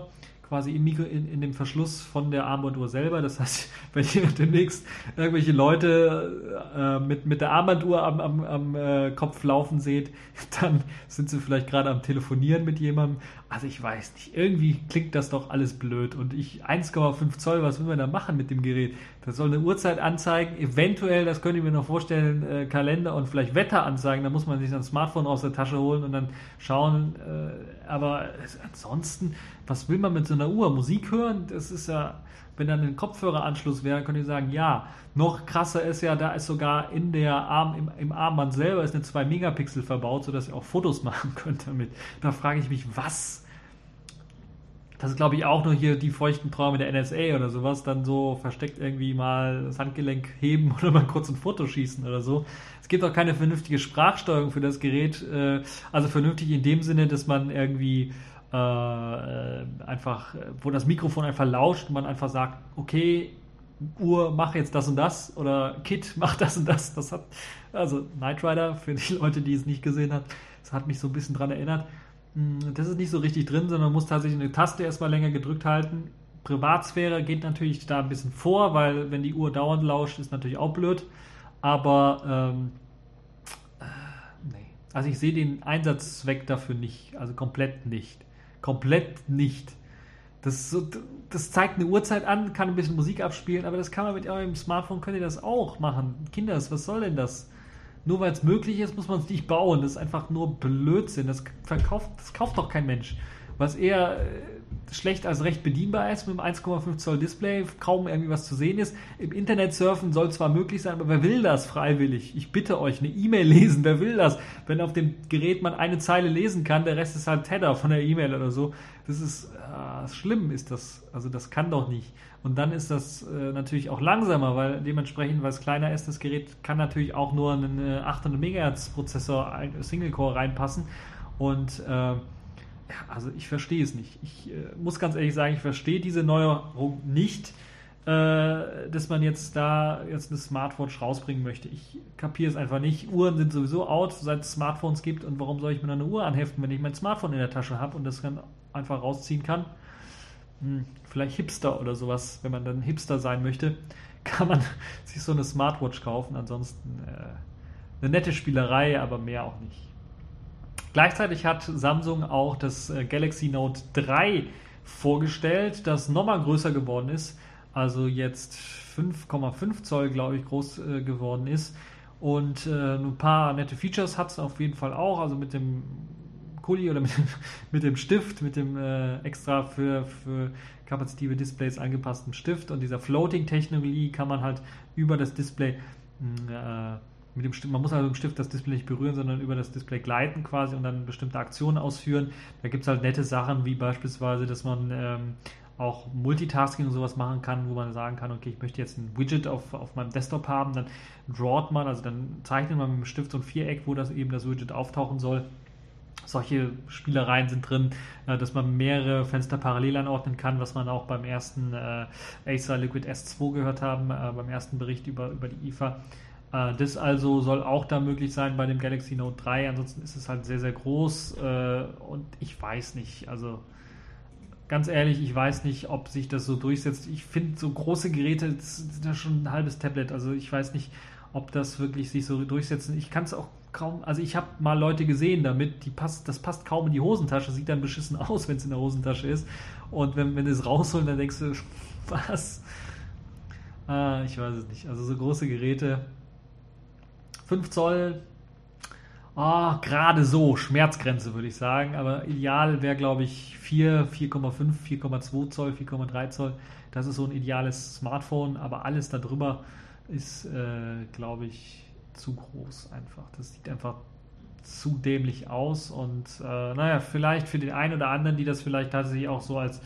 quasi in dem Verschluss von der Armbanduhr selber. Das heißt, wenn ihr demnächst irgendwelche Leute mit der Armbanduhr am Kopf laufen seht, dann sind sie vielleicht gerade am Telefonieren mit jemandem. Also ich weiß nicht, irgendwie klingt das doch alles blöd. Und 1,5 Zoll, was will man da machen mit dem Gerät? Das soll eine Uhrzeit anzeigen, eventuell, das könnt ihr mir noch vorstellen, Kalender und vielleicht Wetter anzeigen. Da muss man sich sein Smartphone aus der Tasche holen und dann schauen. Aber ansonsten, was will man mit so einer Uhr? Musik hören? Das ist ja, wenn dann ein Kopfhöreranschluss wäre, könnt ihr sagen, ja. Noch krasser ist ja, da ist sogar im Armband selber ist eine 2 Megapixel verbaut, sodass ihr auch Fotos machen könnt damit. Da frage ich mich, was? Das ist, glaube ich, auch nur hier die feuchten Träume der NSA oder sowas, dann so versteckt irgendwie mal das Handgelenk heben oder mal kurz ein Foto schießen oder so. Es gibt auch keine vernünftige Sprachsteuerung für das Gerät, also vernünftig in dem Sinne, dass man irgendwie einfach, wo das Mikrofon einfach lauscht und man einfach sagt, okay, Uhr, mach jetzt das und das oder Kit, mach das und das. Das hat, also Knight Rider, für die Leute, die es nicht gesehen haben, das hat mich so ein bisschen dran erinnert. Das ist nicht so richtig drin, sondern man muss tatsächlich eine Taste erstmal länger gedrückt halten. Privatsphäre geht natürlich da ein bisschen vor, weil wenn die Uhr dauernd lauscht, ist natürlich auch blöd. Aber nee. Also ich sehe den Einsatzzweck dafür nicht. Also komplett nicht. Komplett nicht. Das zeigt eine Uhrzeit an, kann ein bisschen Musik abspielen, aber das kann man mit eurem Smartphone, könnt ihr das auch machen. Kinders, was soll denn das? Nur weil es möglich ist, muss man es nicht bauen. Das ist einfach nur Blödsinn. Das kauft doch kein Mensch. Was eher schlecht als recht bedienbar ist mit einem 1,5 Zoll Display, kaum irgendwie was zu sehen ist. Im Internet surfen soll zwar möglich sein, aber wer will das freiwillig? Ich bitte euch, eine E-Mail lesen, wer will das? Wenn auf dem Gerät man eine Zeile lesen kann, der Rest ist halt Header von der E-Mail oder so. Das ist schlimm, ist das. Also das kann doch nicht. Und dann ist das natürlich auch langsamer, weil dementsprechend, weil es kleiner ist, das Gerät kann natürlich auch nur einen 800 MHz Prozessor Single-Core reinpassen. Und also ich verstehe es nicht. Ich muss ganz ehrlich sagen, ich verstehe diese Neuerung nicht, dass man jetzt eine Smartwatch rausbringen möchte. Ich kapiere es einfach nicht. Uhren sind sowieso out, seit es Smartphones gibt. Und warum soll ich mir noch eine Uhr anheften, wenn ich mein Smartphone in der Tasche habe und das dann einfach rausziehen kann? Vielleicht Hipster oder sowas, wenn man dann Hipster sein möchte, kann man sich so eine Smartwatch kaufen. Ansonsten eine nette Spielerei, aber mehr auch nicht. Gleichzeitig hat Samsung auch das Galaxy Note 3 vorgestellt, das nochmal größer geworden ist, also jetzt 5,5 Zoll, glaube ich, groß geworden ist. Und ein paar nette Features hat es auf jeden Fall auch, also mit dem Kuli oder mit dem Stift, mit dem extra für kapazitive Displays angepassten Stift und dieser Floating-Technologie kann man halt über das Display mit dem Stift, man muss also mit dem Stift das Display nicht berühren, sondern über das Display gleiten quasi und dann bestimmte Aktionen ausführen. Da gibt es halt nette Sachen, wie beispielsweise, dass man auch Multitasking und sowas machen kann, wo man sagen kann, okay, ich möchte jetzt ein Widget auf meinem Desktop haben, dann drawt man, also dann zeichnet man mit dem Stift so ein Viereck, wo das Widget auftauchen soll. Solche Spielereien sind drin, dass man mehrere Fenster parallel anordnen kann, was man auch beim ersten Acer Liquid S2 gehört haben, beim ersten Bericht über die IFA. Das also soll auch da möglich sein bei dem Galaxy Note 3. Ansonsten ist es halt sehr, sehr groß und ich weiß nicht, also ganz ehrlich, ich weiß nicht, ob sich das so durchsetzt. Ich finde, so große Geräte sind ja schon ein halbes Tablet, also ich weiß nicht, ob das wirklich sich so durchsetzt. Ich kann es auch kaum, also ich habe mal Leute gesehen damit, das passt kaum in die Hosentasche, sieht dann beschissen aus, wenn es in der Hosentasche ist. Und wenn du es rausholen, dann denkst du, was? Ich weiß es nicht. Also so große Geräte, 5 Zoll, gerade so, Schmerzgrenze würde ich sagen, aber ideal wäre, glaube ich, 4,5, 4,2 Zoll, 4,3 Zoll. Das ist so ein ideales Smartphone, aber alles darüber ist, glaube ich, zu groß einfach. Das sieht einfach zu dämlich aus und vielleicht für den einen oder anderen, die das vielleicht tatsächlich auch so als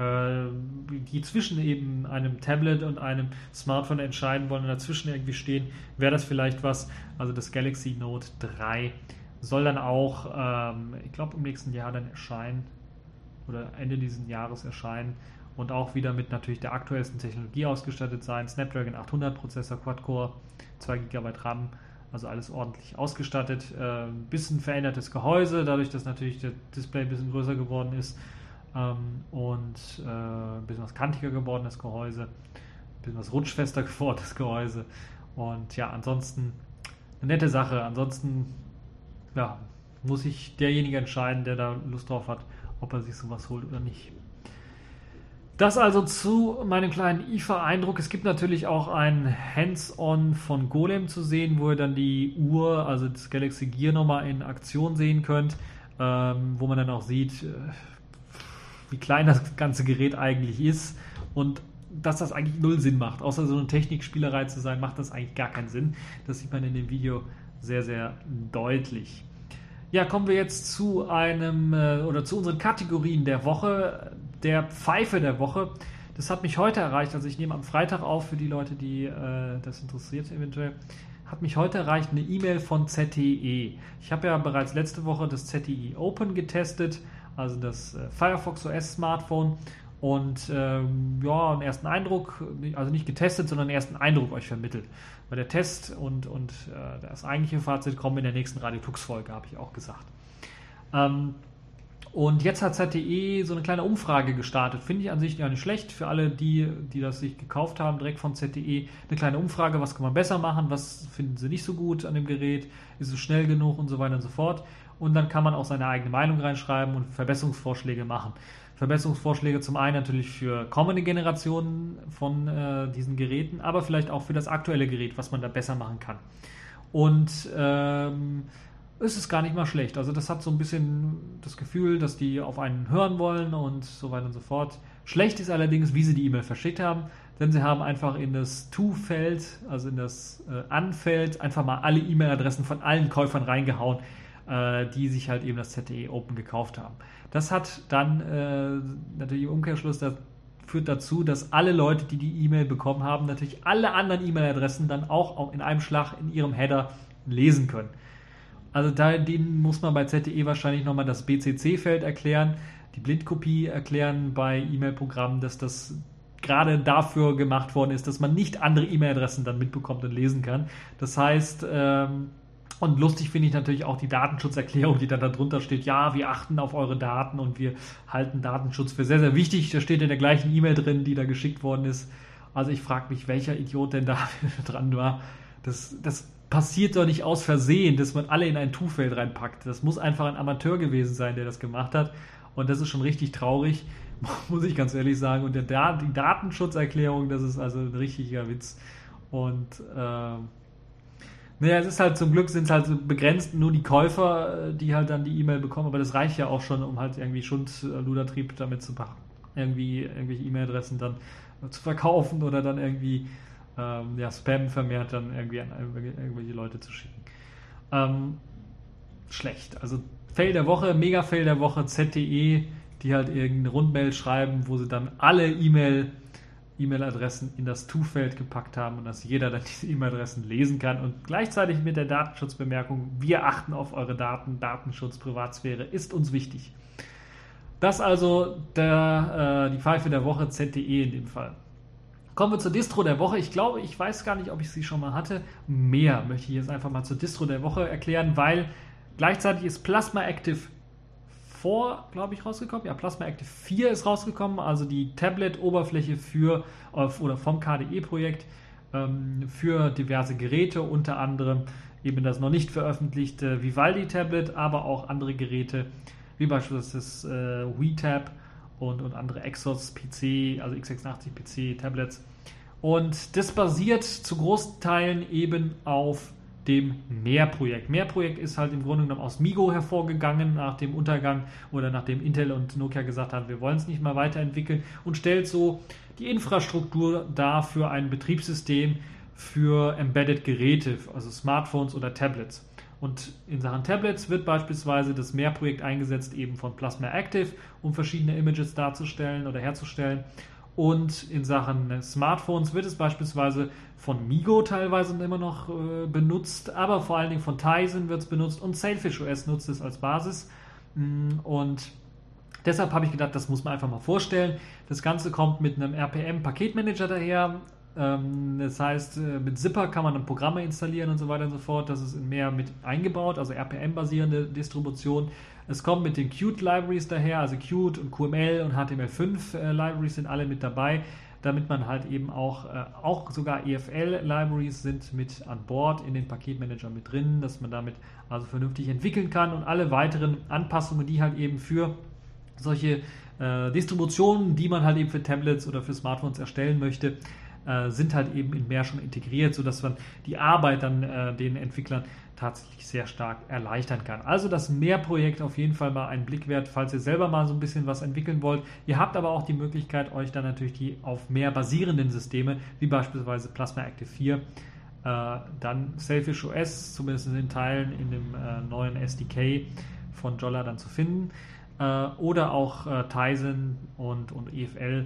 die zwischen eben einem Tablet und einem Smartphone entscheiden wollen und dazwischen irgendwie stehen, wäre das vielleicht was. Also das Galaxy Note 3 soll dann auch, ich glaube im nächsten Jahr dann erscheinen oder Ende dieses Jahres erscheinen und auch wieder mit natürlich der aktuellsten Technologie ausgestattet sein. Snapdragon 800 Prozessor, Quad-Core, 2 GB RAM, also alles ordentlich ausgestattet. Ein bisschen verändertes Gehäuse, dadurch, dass natürlich das Display ein bisschen größer geworden ist. und ein bisschen was kantiger gewordenes Gehäuse, ein bisschen was rutschfester gewordenes Gehäuse und ja, ansonsten eine nette Sache. Ansonsten ja, muss sich derjenige entscheiden, der da Lust drauf hat, ob er sich sowas holt oder nicht. Das also zu meinem kleinen IFA-Eindruck. Es gibt natürlich auch ein Hands-on von Golem zu sehen, wo ihr dann die Uhr, also das Galaxy Gear nochmal in Aktion sehen könnt, wo man dann auch sieht, wie klein das ganze Gerät eigentlich ist und dass das eigentlich null Sinn macht. Außer so eine Technikspielerei zu sein, macht das eigentlich gar keinen Sinn. Das sieht man in dem Video sehr, sehr deutlich. Ja, kommen wir jetzt zu zu unseren Kategorien der Woche. Der Pfeife der Woche. Das hat mich heute erreicht, also ich nehme am Freitag auf für die Leute, die das interessiert eventuell. Hat mich heute erreicht eine E-Mail von ZTE. Ich habe ja bereits letzte Woche das ZTE Open getestet, also das Firefox OS Smartphone und einen ersten Eindruck, also nicht getestet, sondern einen ersten Eindruck euch vermittelt. Weil der Test und das eigentliche Fazit kommen in der nächsten Radio Tux Folge, habe ich auch gesagt. Und jetzt hat ZTE so eine kleine Umfrage gestartet. Finde ich an sich gar nicht schlecht. Für alle, die das sich gekauft haben, direkt von ZTE, eine kleine Umfrage, was kann man besser machen, was finden sie nicht so gut an dem Gerät, ist es schnell genug und so weiter und so fort. Und dann kann man auch seine eigene Meinung reinschreiben und Verbesserungsvorschläge machen. Verbesserungsvorschläge zum einen natürlich für kommende Generationen von diesen Geräten, aber vielleicht auch für das aktuelle Gerät, was man da besser machen kann. Und es ist gar nicht mal schlecht. Also das hat so ein bisschen das Gefühl, dass die auf einen hören wollen und so weiter und so fort. Schlecht ist allerdings, wie sie die E-Mail verschickt haben, denn sie haben einfach in das To-Feld, also in das An-Feld, einfach mal alle E-Mail-Adressen von allen Käufern reingehauen, die sich halt eben das ZTE Open gekauft haben. Das hat dann natürlich im Umkehrschluss, das führt dazu, dass alle Leute, die die E-Mail bekommen haben, natürlich alle anderen E-Mail-Adressen dann auch in einem Schlag in ihrem Header lesen können. Also denen muss man bei ZTE wahrscheinlich nochmal das BCC-Feld erklären, die Blindkopie erklären bei E-Mail-Programmen, dass das gerade dafür gemacht worden ist, dass man nicht andere E-Mail-Adressen dann mitbekommt und lesen kann. Das heißt, und lustig finde ich natürlich auch die Datenschutzerklärung, die dann darunter steht, ja, wir achten auf eure Daten und wir halten Datenschutz für sehr, sehr wichtig. Das steht in der gleichen E-Mail drin, die da geschickt worden ist. Also ich frage mich, welcher Idiot denn da dran war. Das passiert doch nicht aus Versehen, dass man alle in ein To-Feld reinpackt. Das muss einfach ein Amateur gewesen sein, der das gemacht hat. Und das ist schon richtig traurig, muss ich ganz ehrlich sagen. Und die Datenschutzerklärung, das ist also ein richtiger Witz. Und es ist halt zum Glück sind es halt so begrenzt nur die Käufer, die halt dann die E-Mail bekommen. Aber das reicht ja auch schon, um halt irgendwie Schundludertrieb damit zu machen. Irgendwie irgendwelche E-Mail-Adressen dann zu verkaufen oder dann irgendwie Spam vermehrt dann irgendwie an irgendwelche Leute zu schicken. Schlecht. Also Fail der Woche, Mega-Fail der Woche, ZTE, die halt irgendeine Rundmail schreiben, wo sie dann alle E-Mail-Adressen in das To-Feld gepackt haben und dass jeder dann diese E-Mail-Adressen lesen kann und gleichzeitig mit der Datenschutzbemerkung, wir achten auf eure Daten, Datenschutz, Privatsphäre ist uns wichtig. Das also die Pfeife der Woche, ZTE in dem Fall. Kommen wir zur Distro der Woche. Ich glaube, ich weiß gar nicht, ob ich sie schon mal hatte. Mehr möchte ich jetzt einfach mal zur Distro der Woche erklären, weil gleichzeitig ist Plasma Active 4, glaube ich, rausgekommen. Ja, Plasma Active 4 ist rausgekommen, also die Tablet-Oberfläche vom KDE-Projekt für diverse Geräte, unter anderem eben das noch nicht veröffentlichte Vivaldi-Tablet, aber auch andere Geräte, wie beispielsweise das WeTab und andere Exos PC, also x86 PC, Tablets. Und das basiert zu großen Teilen eben auf dem Mehr-Projekt. Mehr-Projekt ist halt im Grunde genommen aus MeeGo hervorgegangen nach dem Untergang oder nachdem Intel und Nokia gesagt haben, wir wollen es nicht mehr weiterentwickeln und stellt so die Infrastruktur dar für ein Betriebssystem für Embedded Geräte, also Smartphones oder Tablets. Und in Sachen Tablets wird beispielsweise das Mehr-Projekt eingesetzt eben von Plasma Active, um verschiedene Images darzustellen oder herzustellen. Und in Sachen Smartphones wird es beispielsweise von MeeGo teilweise immer noch benutzt, aber vor allen Dingen von Tizen wird es benutzt und Sailfish OS nutzt es als Basis. Und deshalb habe ich gedacht, das muss man einfach mal vorstellen. Das Ganze kommt mit einem RPM-Paketmanager daher, Das heißt, mit Zypper kann man dann Programme installieren und so weiter und so fort. Das ist in mehr mit eingebaut, also RPM-basierende Distribution. Es kommt mit den Qt-Libraries daher, also Qt und QML und HTML5-Libraries sind alle mit dabei, damit man halt eben auch sogar EFL-Libraries sind mit an Bord in den Paketmanager mit drin, dass man damit also vernünftig entwickeln kann und alle weiteren Anpassungen, die halt eben für solche Distributionen, die man halt eben für Tablets oder für Smartphones erstellen möchte, sind halt eben in mehr schon integriert, sodass man die Arbeit dann den Entwicklern tatsächlich sehr stark erleichtern kann. Also das Mehr-Projekt auf jeden Fall mal einen Blick wert, falls ihr selber mal so ein bisschen was entwickeln wollt. Ihr habt aber auch die Möglichkeit, euch dann natürlich die auf mehr basierenden Systeme, wie beispielsweise Plasma Active 4, dann Sailfish OS, zumindest in den Teilen in dem neuen SDK von Jolla dann zu finden, oder auch Tizen und EFL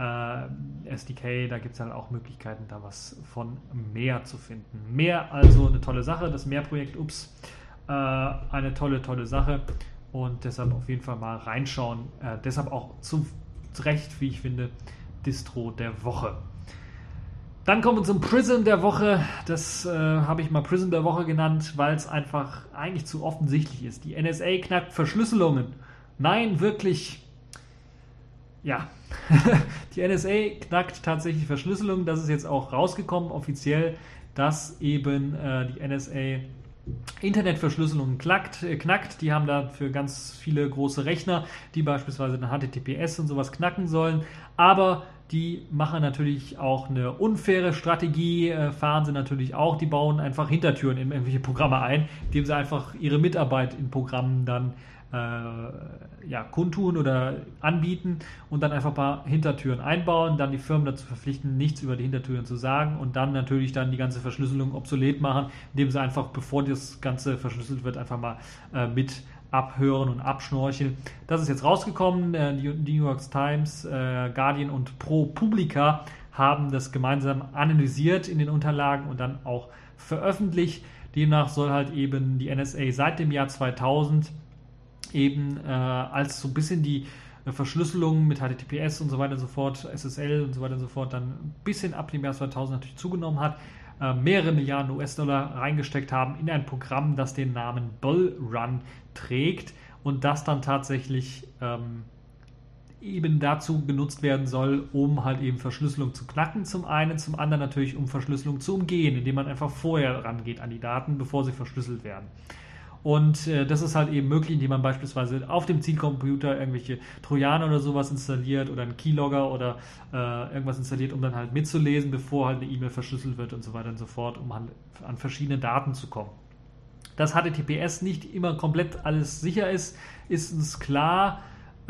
SDK, da gibt es halt auch Möglichkeiten, da was von mehr zu finden. Mehr also eine tolle Sache, das Mehr-Projekt, eine tolle Sache und deshalb auf jeden Fall mal reinschauen. Deshalb auch zu Recht, wie ich finde, Distro der Woche. Dann kommen wir zum Prism der Woche. Das habe ich mal Prism der Woche genannt, weil es einfach eigentlich zu offensichtlich ist. Die NSA knackt Verschlüsselungen. Nein, wirklich. Ja, die NSA knackt tatsächlich Verschlüsselung. Das ist jetzt auch rausgekommen offiziell, dass eben die NSA Internetverschlüsselungen knackt. Die haben dafür ganz viele große Rechner, die beispielsweise den HTTPS und sowas knacken sollen. Aber die machen natürlich auch eine unfaire Strategie, fahren sie natürlich auch. Die bauen einfach Hintertüren in irgendwelche Programme ein, indem sie einfach ihre Mitarbeit in Programmen dann kundtun oder anbieten und dann einfach ein paar Hintertüren einbauen, dann die Firmen dazu verpflichten, nichts über die Hintertüren zu sagen und dann natürlich dann die ganze Verschlüsselung obsolet machen, indem sie einfach, bevor das Ganze verschlüsselt wird, einfach mal mit abhören und abschnorcheln. Das ist jetzt rausgekommen. Die New York Times, Guardian und ProPublica haben das gemeinsam analysiert in den Unterlagen und dann auch veröffentlicht. Demnach soll halt eben die NSA seit dem Jahr 2000 eben als so ein bisschen die Verschlüsselung mit HTTPS und so weiter und so fort, SSL und so weiter und so fort, dann ein bisschen ab dem Jahr 2000 natürlich zugenommen hat, mehrere Milliarden US-Dollar reingesteckt haben in ein Programm, das den Namen Bull Run trägt und das dann tatsächlich eben dazu genutzt werden soll, um halt eben Verschlüsselung zu knacken zum einen, zum anderen natürlich um Verschlüsselung zu umgehen, indem man einfach vorher rangeht an die Daten, bevor sie verschlüsselt werden. Und das ist halt eben möglich, indem man beispielsweise auf dem Zielcomputer irgendwelche Trojaner oder sowas installiert oder einen Keylogger oder irgendwas installiert, um dann halt mitzulesen, bevor halt eine E-Mail verschlüsselt wird und so weiter und so fort, um halt an verschiedene Daten zu kommen. Dass HTTPS nicht immer komplett alles sicher ist uns klar.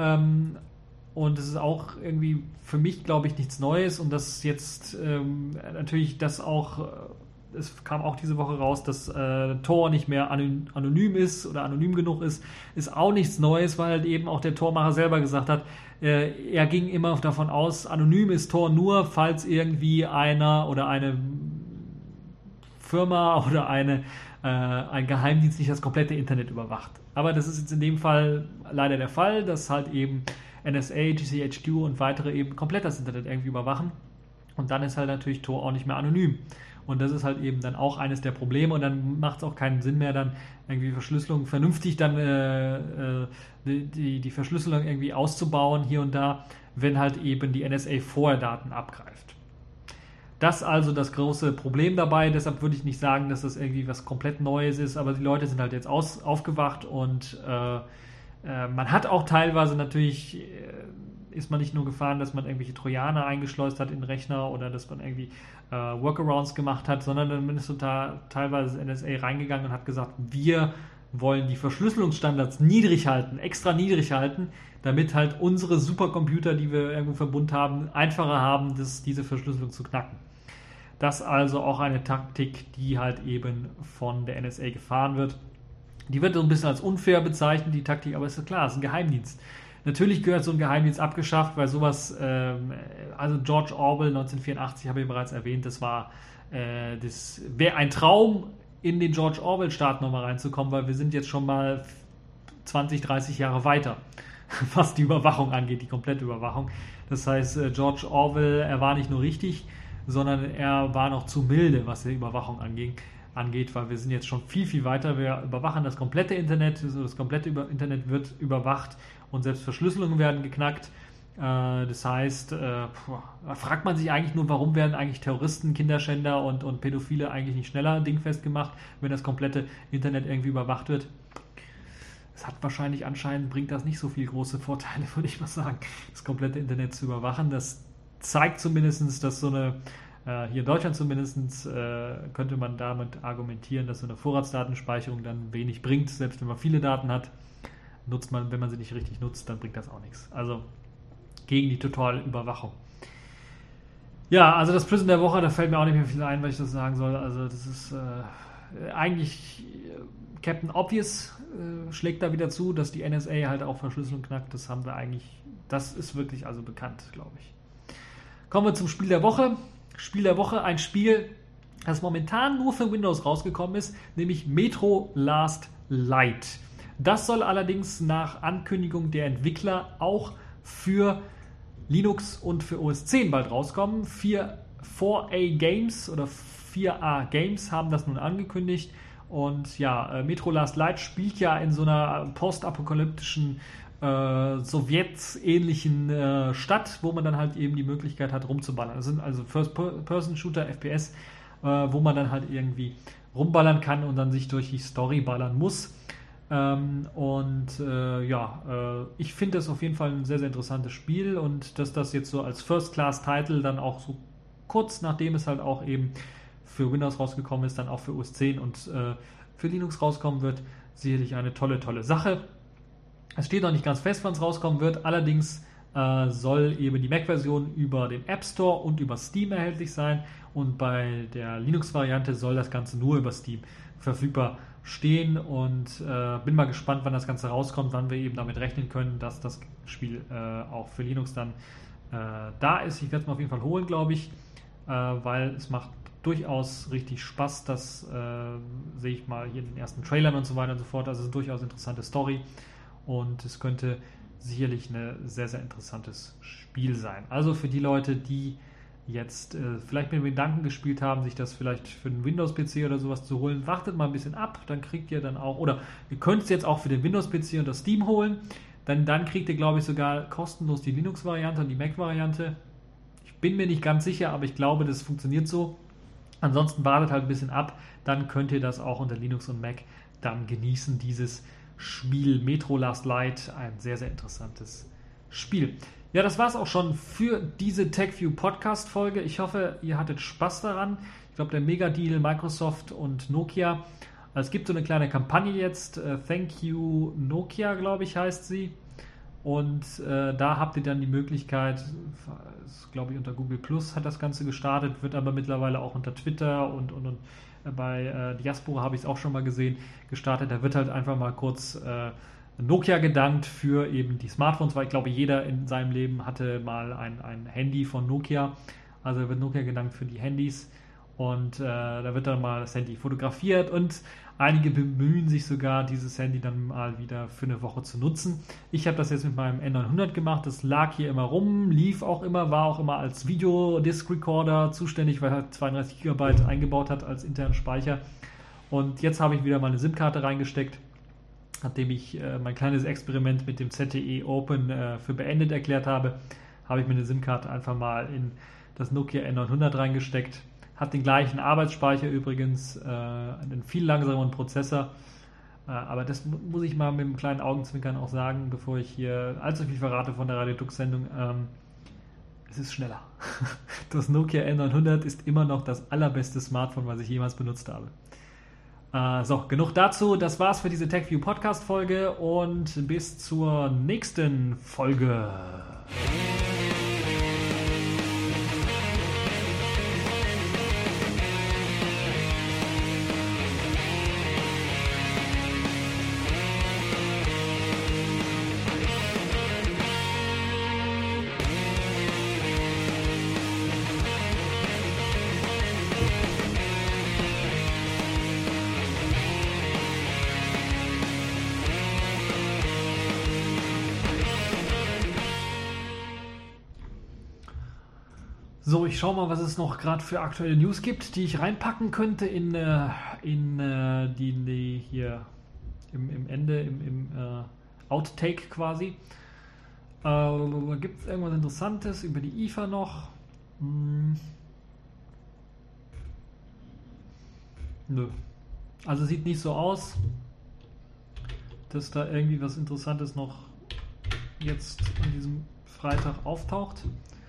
Und es ist auch irgendwie für mich, glaube ich, nichts Neues. Und dass jetzt natürlich das auch... Es kam auch diese Woche raus, dass Tor nicht mehr anonym ist oder anonym genug ist auch nichts Neues, weil halt eben auch der Tor-Macher selber gesagt hat, er ging immer davon aus, anonym ist Tor nur, falls irgendwie einer oder eine Firma oder ein Geheimdienst nicht das komplette Internet überwacht. Aber das ist jetzt in dem Fall leider der Fall, dass halt eben NSA, GCHQ und weitere eben komplett das Internet irgendwie überwachen. Und dann ist halt natürlich Tor auch nicht mehr anonym. Und das ist halt eben dann auch eines der Probleme und dann macht es auch keinen Sinn mehr, dann irgendwie Verschlüsselung vernünftig dann die Verschlüsselung irgendwie auszubauen hier und da, wenn halt eben die NSA vorher Daten abgreift. Das also das große Problem dabei, deshalb würde ich nicht sagen, dass das irgendwie was komplett Neues ist, aber die Leute sind halt jetzt aufgewacht und man hat auch teilweise natürlich... ist man nicht nur gefahren, dass man irgendwelche Trojaner eingeschleust hat in Rechner oder dass man irgendwie Workarounds gemacht hat, sondern dann ist total teilweise das NSA reingegangen und hat gesagt, wir wollen die Verschlüsselungsstandards niedrig halten, extra niedrig halten, damit halt unsere Supercomputer, die wir irgendwo verbunden haben, einfacher haben, diese Verschlüsselung zu knacken. Das also auch eine Taktik, die halt eben von der NSA gefahren wird. Die wird so ein bisschen als unfair bezeichnet, die Taktik, aber ist klar, es ist ein Geheimdienst. Natürlich gehört so ein Geheimdienst abgeschafft, weil sowas, also George Orwell 1984, habe ich bereits erwähnt, das wäre ein Traum, in den George Orwell-Staat nochmal reinzukommen, weil wir sind jetzt schon mal 20, 30 Jahre weiter, was die Überwachung angeht, die komplette Überwachung. Das heißt, George Orwell, er war nicht nur richtig, sondern er war noch zu milde, was die Überwachung angeht, weil wir sind jetzt schon viel, viel weiter. Wir überwachen das komplette Internet, also das komplette Internet wird überwacht und selbst Verschlüsselungen werden geknackt. Das heißt, da fragt man sich eigentlich nur, warum werden eigentlich Terroristen, Kinderschänder und Pädophile eigentlich nicht schneller dingfest gemacht, wenn das komplette Internet irgendwie überwacht wird. Es hat wahrscheinlich anscheinend, bringt das nicht so viel große Vorteile, würde ich mal sagen, das komplette Internet zu überwachen. Das zeigt zumindest, dass so eine, hier in Deutschland zumindest, könnte man damit argumentieren, dass so eine Vorratsdatenspeicherung dann wenig bringt. Selbst wenn man viele Daten hat, nutzt man, wenn man sie nicht richtig nutzt, dann bringt das auch nichts. Also gegen die totale Überwachung. Ja, also das Prison der Woche, da fällt mir auch nicht mehr viel ein, was ich das sagen soll. Also das ist eigentlich Captain Obvious schlägt da wieder zu, dass die NSA halt auch Verschlüsselung knackt. Das haben wir eigentlich, das ist wirklich also bekannt, glaube ich. Kommen wir zum Spiel der Woche. Spiel der Woche, ein Spiel, das momentan nur für Windows rausgekommen ist, nämlich Metro Last Light. Das soll allerdings nach Ankündigung der Entwickler auch für Linux und für OS X bald rauskommen. 4A Games oder 4A Games haben das nun angekündigt. Und ja, Metro Last Light spielt ja in so einer postapokalyptischen, sowjetsähnlichen Stadt, wo man dann halt eben die Möglichkeit hat, rumzuballern. Das sind also First-Person-Shooter, FPS, wo man dann halt irgendwie rumballern kann und dann sich durch die Story ballern muss. Ich finde das auf jeden Fall ein sehr, sehr interessantes Spiel und dass das jetzt so als First-Class-Title dann auch so kurz nachdem es halt auch eben für Windows rausgekommen ist, dann auch für OS X und für Linux rauskommen wird, sicherlich eine tolle, tolle Sache. Es steht noch nicht ganz fest, wann es rauskommen wird, allerdings soll eben die Mac-Version über den App Store und über Steam erhältlich sein und bei der Linux-Variante soll das Ganze nur über Steam verfügbar stehen und bin mal gespannt, wann das Ganze rauskommt, wann wir eben damit rechnen können, dass das Spiel auch für Linux dann da ist. Ich werde es mir auf jeden Fall holen, glaube ich, weil es macht durchaus richtig Spaß. Das sehe ich mal hier in den ersten Trailern und so weiter und so fort. Also es ist eine durchaus interessante Story und es könnte sicherlich ein sehr, sehr interessantes Spiel sein. Also für die Leute, die jetzt vielleicht mit dem Gedanken gespielt haben, sich das vielleicht für einen Windows-PC oder sowas zu holen, wartet mal ein bisschen ab, dann kriegt ihr dann auch, oder ihr könnt es jetzt auch für den Windows-PC und das Steam holen, dann kriegt ihr, glaube ich, sogar kostenlos die Linux-Variante und die Mac-Variante. Ich bin mir nicht ganz sicher, aber ich glaube, das funktioniert so. Ansonsten wartet halt ein bisschen ab, dann könnt ihr das auch unter Linux und Mac dann genießen, dieses Spiel Metro Last Light, ein sehr, sehr interessantes Spiel. Ja, das war es auch schon für diese TechView Podcast-Folge. Ich hoffe, ihr hattet Spaß daran. Ich glaube, der Mega-Deal Microsoft und Nokia. Es gibt so eine kleine Kampagne jetzt. Thank You Nokia, glaube ich, heißt sie. Und da habt ihr dann die Möglichkeit, glaube ich, unter Google Plus hat das Ganze gestartet, wird aber mittlerweile auch unter Twitter und bei Diaspora habe ich es auch schon mal gesehen, gestartet. Da wird halt einfach mal kurz Nokia gedankt für eben die Smartphones, weil ich glaube, jeder in seinem Leben hatte mal ein Handy von Nokia. Also wird Nokia gedankt für die Handys und da wird dann mal das Handy fotografiert und einige bemühen sich sogar, dieses Handy dann mal wieder für eine Woche zu nutzen. Ich habe das jetzt mit meinem N900 gemacht, das lag hier immer rum, lief auch immer, war auch immer als Videodisc-Recorder zuständig, weil er 32 GB eingebaut hat als internen Speicher. Und jetzt habe ich wieder mal eine SIM-Karte reingesteckt, nachdem ich mein kleines Experiment mit dem ZTE Open für beendet erklärt habe, habe ich mir eine SIM-Karte einfach mal in das Nokia N900 reingesteckt. Hat den gleichen Arbeitsspeicher übrigens, einen viel langsameren Prozessor. Aber das muss ich mal mit einem kleinen Augenzwinkern auch sagen, bevor ich hier allzu viel verrate von der Radio Dux-Sendung. Es ist schneller. Das Nokia N900 ist immer noch das allerbeste Smartphone, was ich jemals benutzt habe. So, genug dazu. Das war's für diese TechView Podcast-Folge und bis zur nächsten Folge. So, ich schaue mal, was es noch gerade für aktuelle News gibt, die ich reinpacken könnte in die hier im Ende, im Outtake quasi. Gibt es irgendwas Interessantes über die IFA noch? Nö. Also sieht nicht so aus, dass da irgendwie was Interessantes noch jetzt an diesem Freitag auftaucht.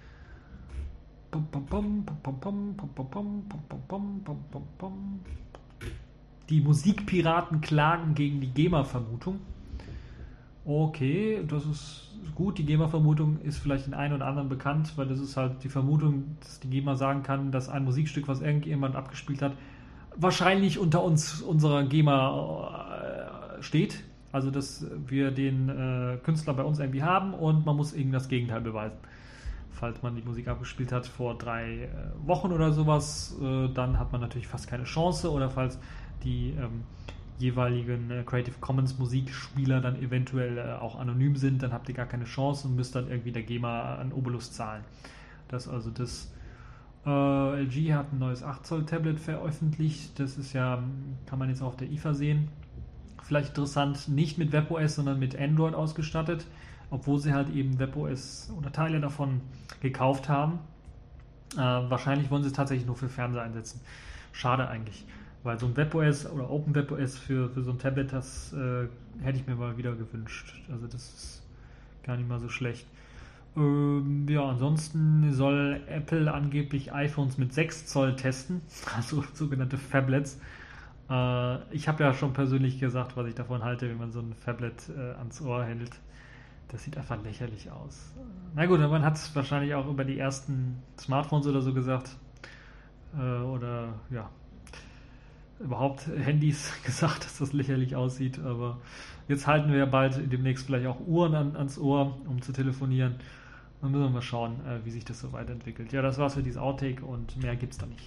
Die Musikpiraten klagen gegen die GEMA-Vermutung. Okay, das ist gut. Die GEMA-Vermutung ist vielleicht den einen oder anderen bekannt, weil das ist halt die Vermutung, dass die GEMA sagen kann, dass ein Musikstück, was irgendjemand abgespielt hat, wahrscheinlich unter unserer GEMA steht. Also, dass wir den Künstler bei uns irgendwie haben und man muss eben das Gegenteil beweisen. Falls man die Musik abgespielt hat vor 3 Wochen oder sowas, dann hat man natürlich fast keine Chance. Oder falls die jeweiligen Creative Commons Musikspieler dann eventuell auch anonym sind, dann habt ihr gar keine Chance und müsst dann irgendwie der GEMA einen Obolus zahlen. Das also das. LG hat ein neues 8 Zoll Tablet veröffentlicht. Das ist ja, kann man jetzt auch auf der IFA sehen. Vielleicht interessant, nicht mit WebOS, sondern mit Android ausgestattet, obwohl sie halt eben WebOS oder Teile davon gekauft haben. Wahrscheinlich wollen sie es tatsächlich nur für Fernseher einsetzen. Schade eigentlich, weil so ein WebOS oder OpenWebOS für so ein Tablet, das hätte ich mir mal wieder gewünscht. Also das ist gar nicht mal so schlecht. Ja, ansonsten soll Apple angeblich iPhones mit 6 Zoll testen, also sogenannte Phablets. Ich habe ja schon persönlich gesagt, was ich davon halte, wenn man so ein Phablet ans Ohr hält. Das sieht einfach lächerlich aus. Na gut, man hat es wahrscheinlich auch über die ersten Smartphones oder so gesagt. Oder ja, überhaupt Handys gesagt, dass das lächerlich aussieht. Aber jetzt halten wir ja bald demnächst vielleicht auch Uhren ans Ohr, um zu telefonieren. Dann müssen wir mal schauen, wie sich das so weiterentwickelt. Ja, das war's für dieses Outtake und mehr gibt's da nicht.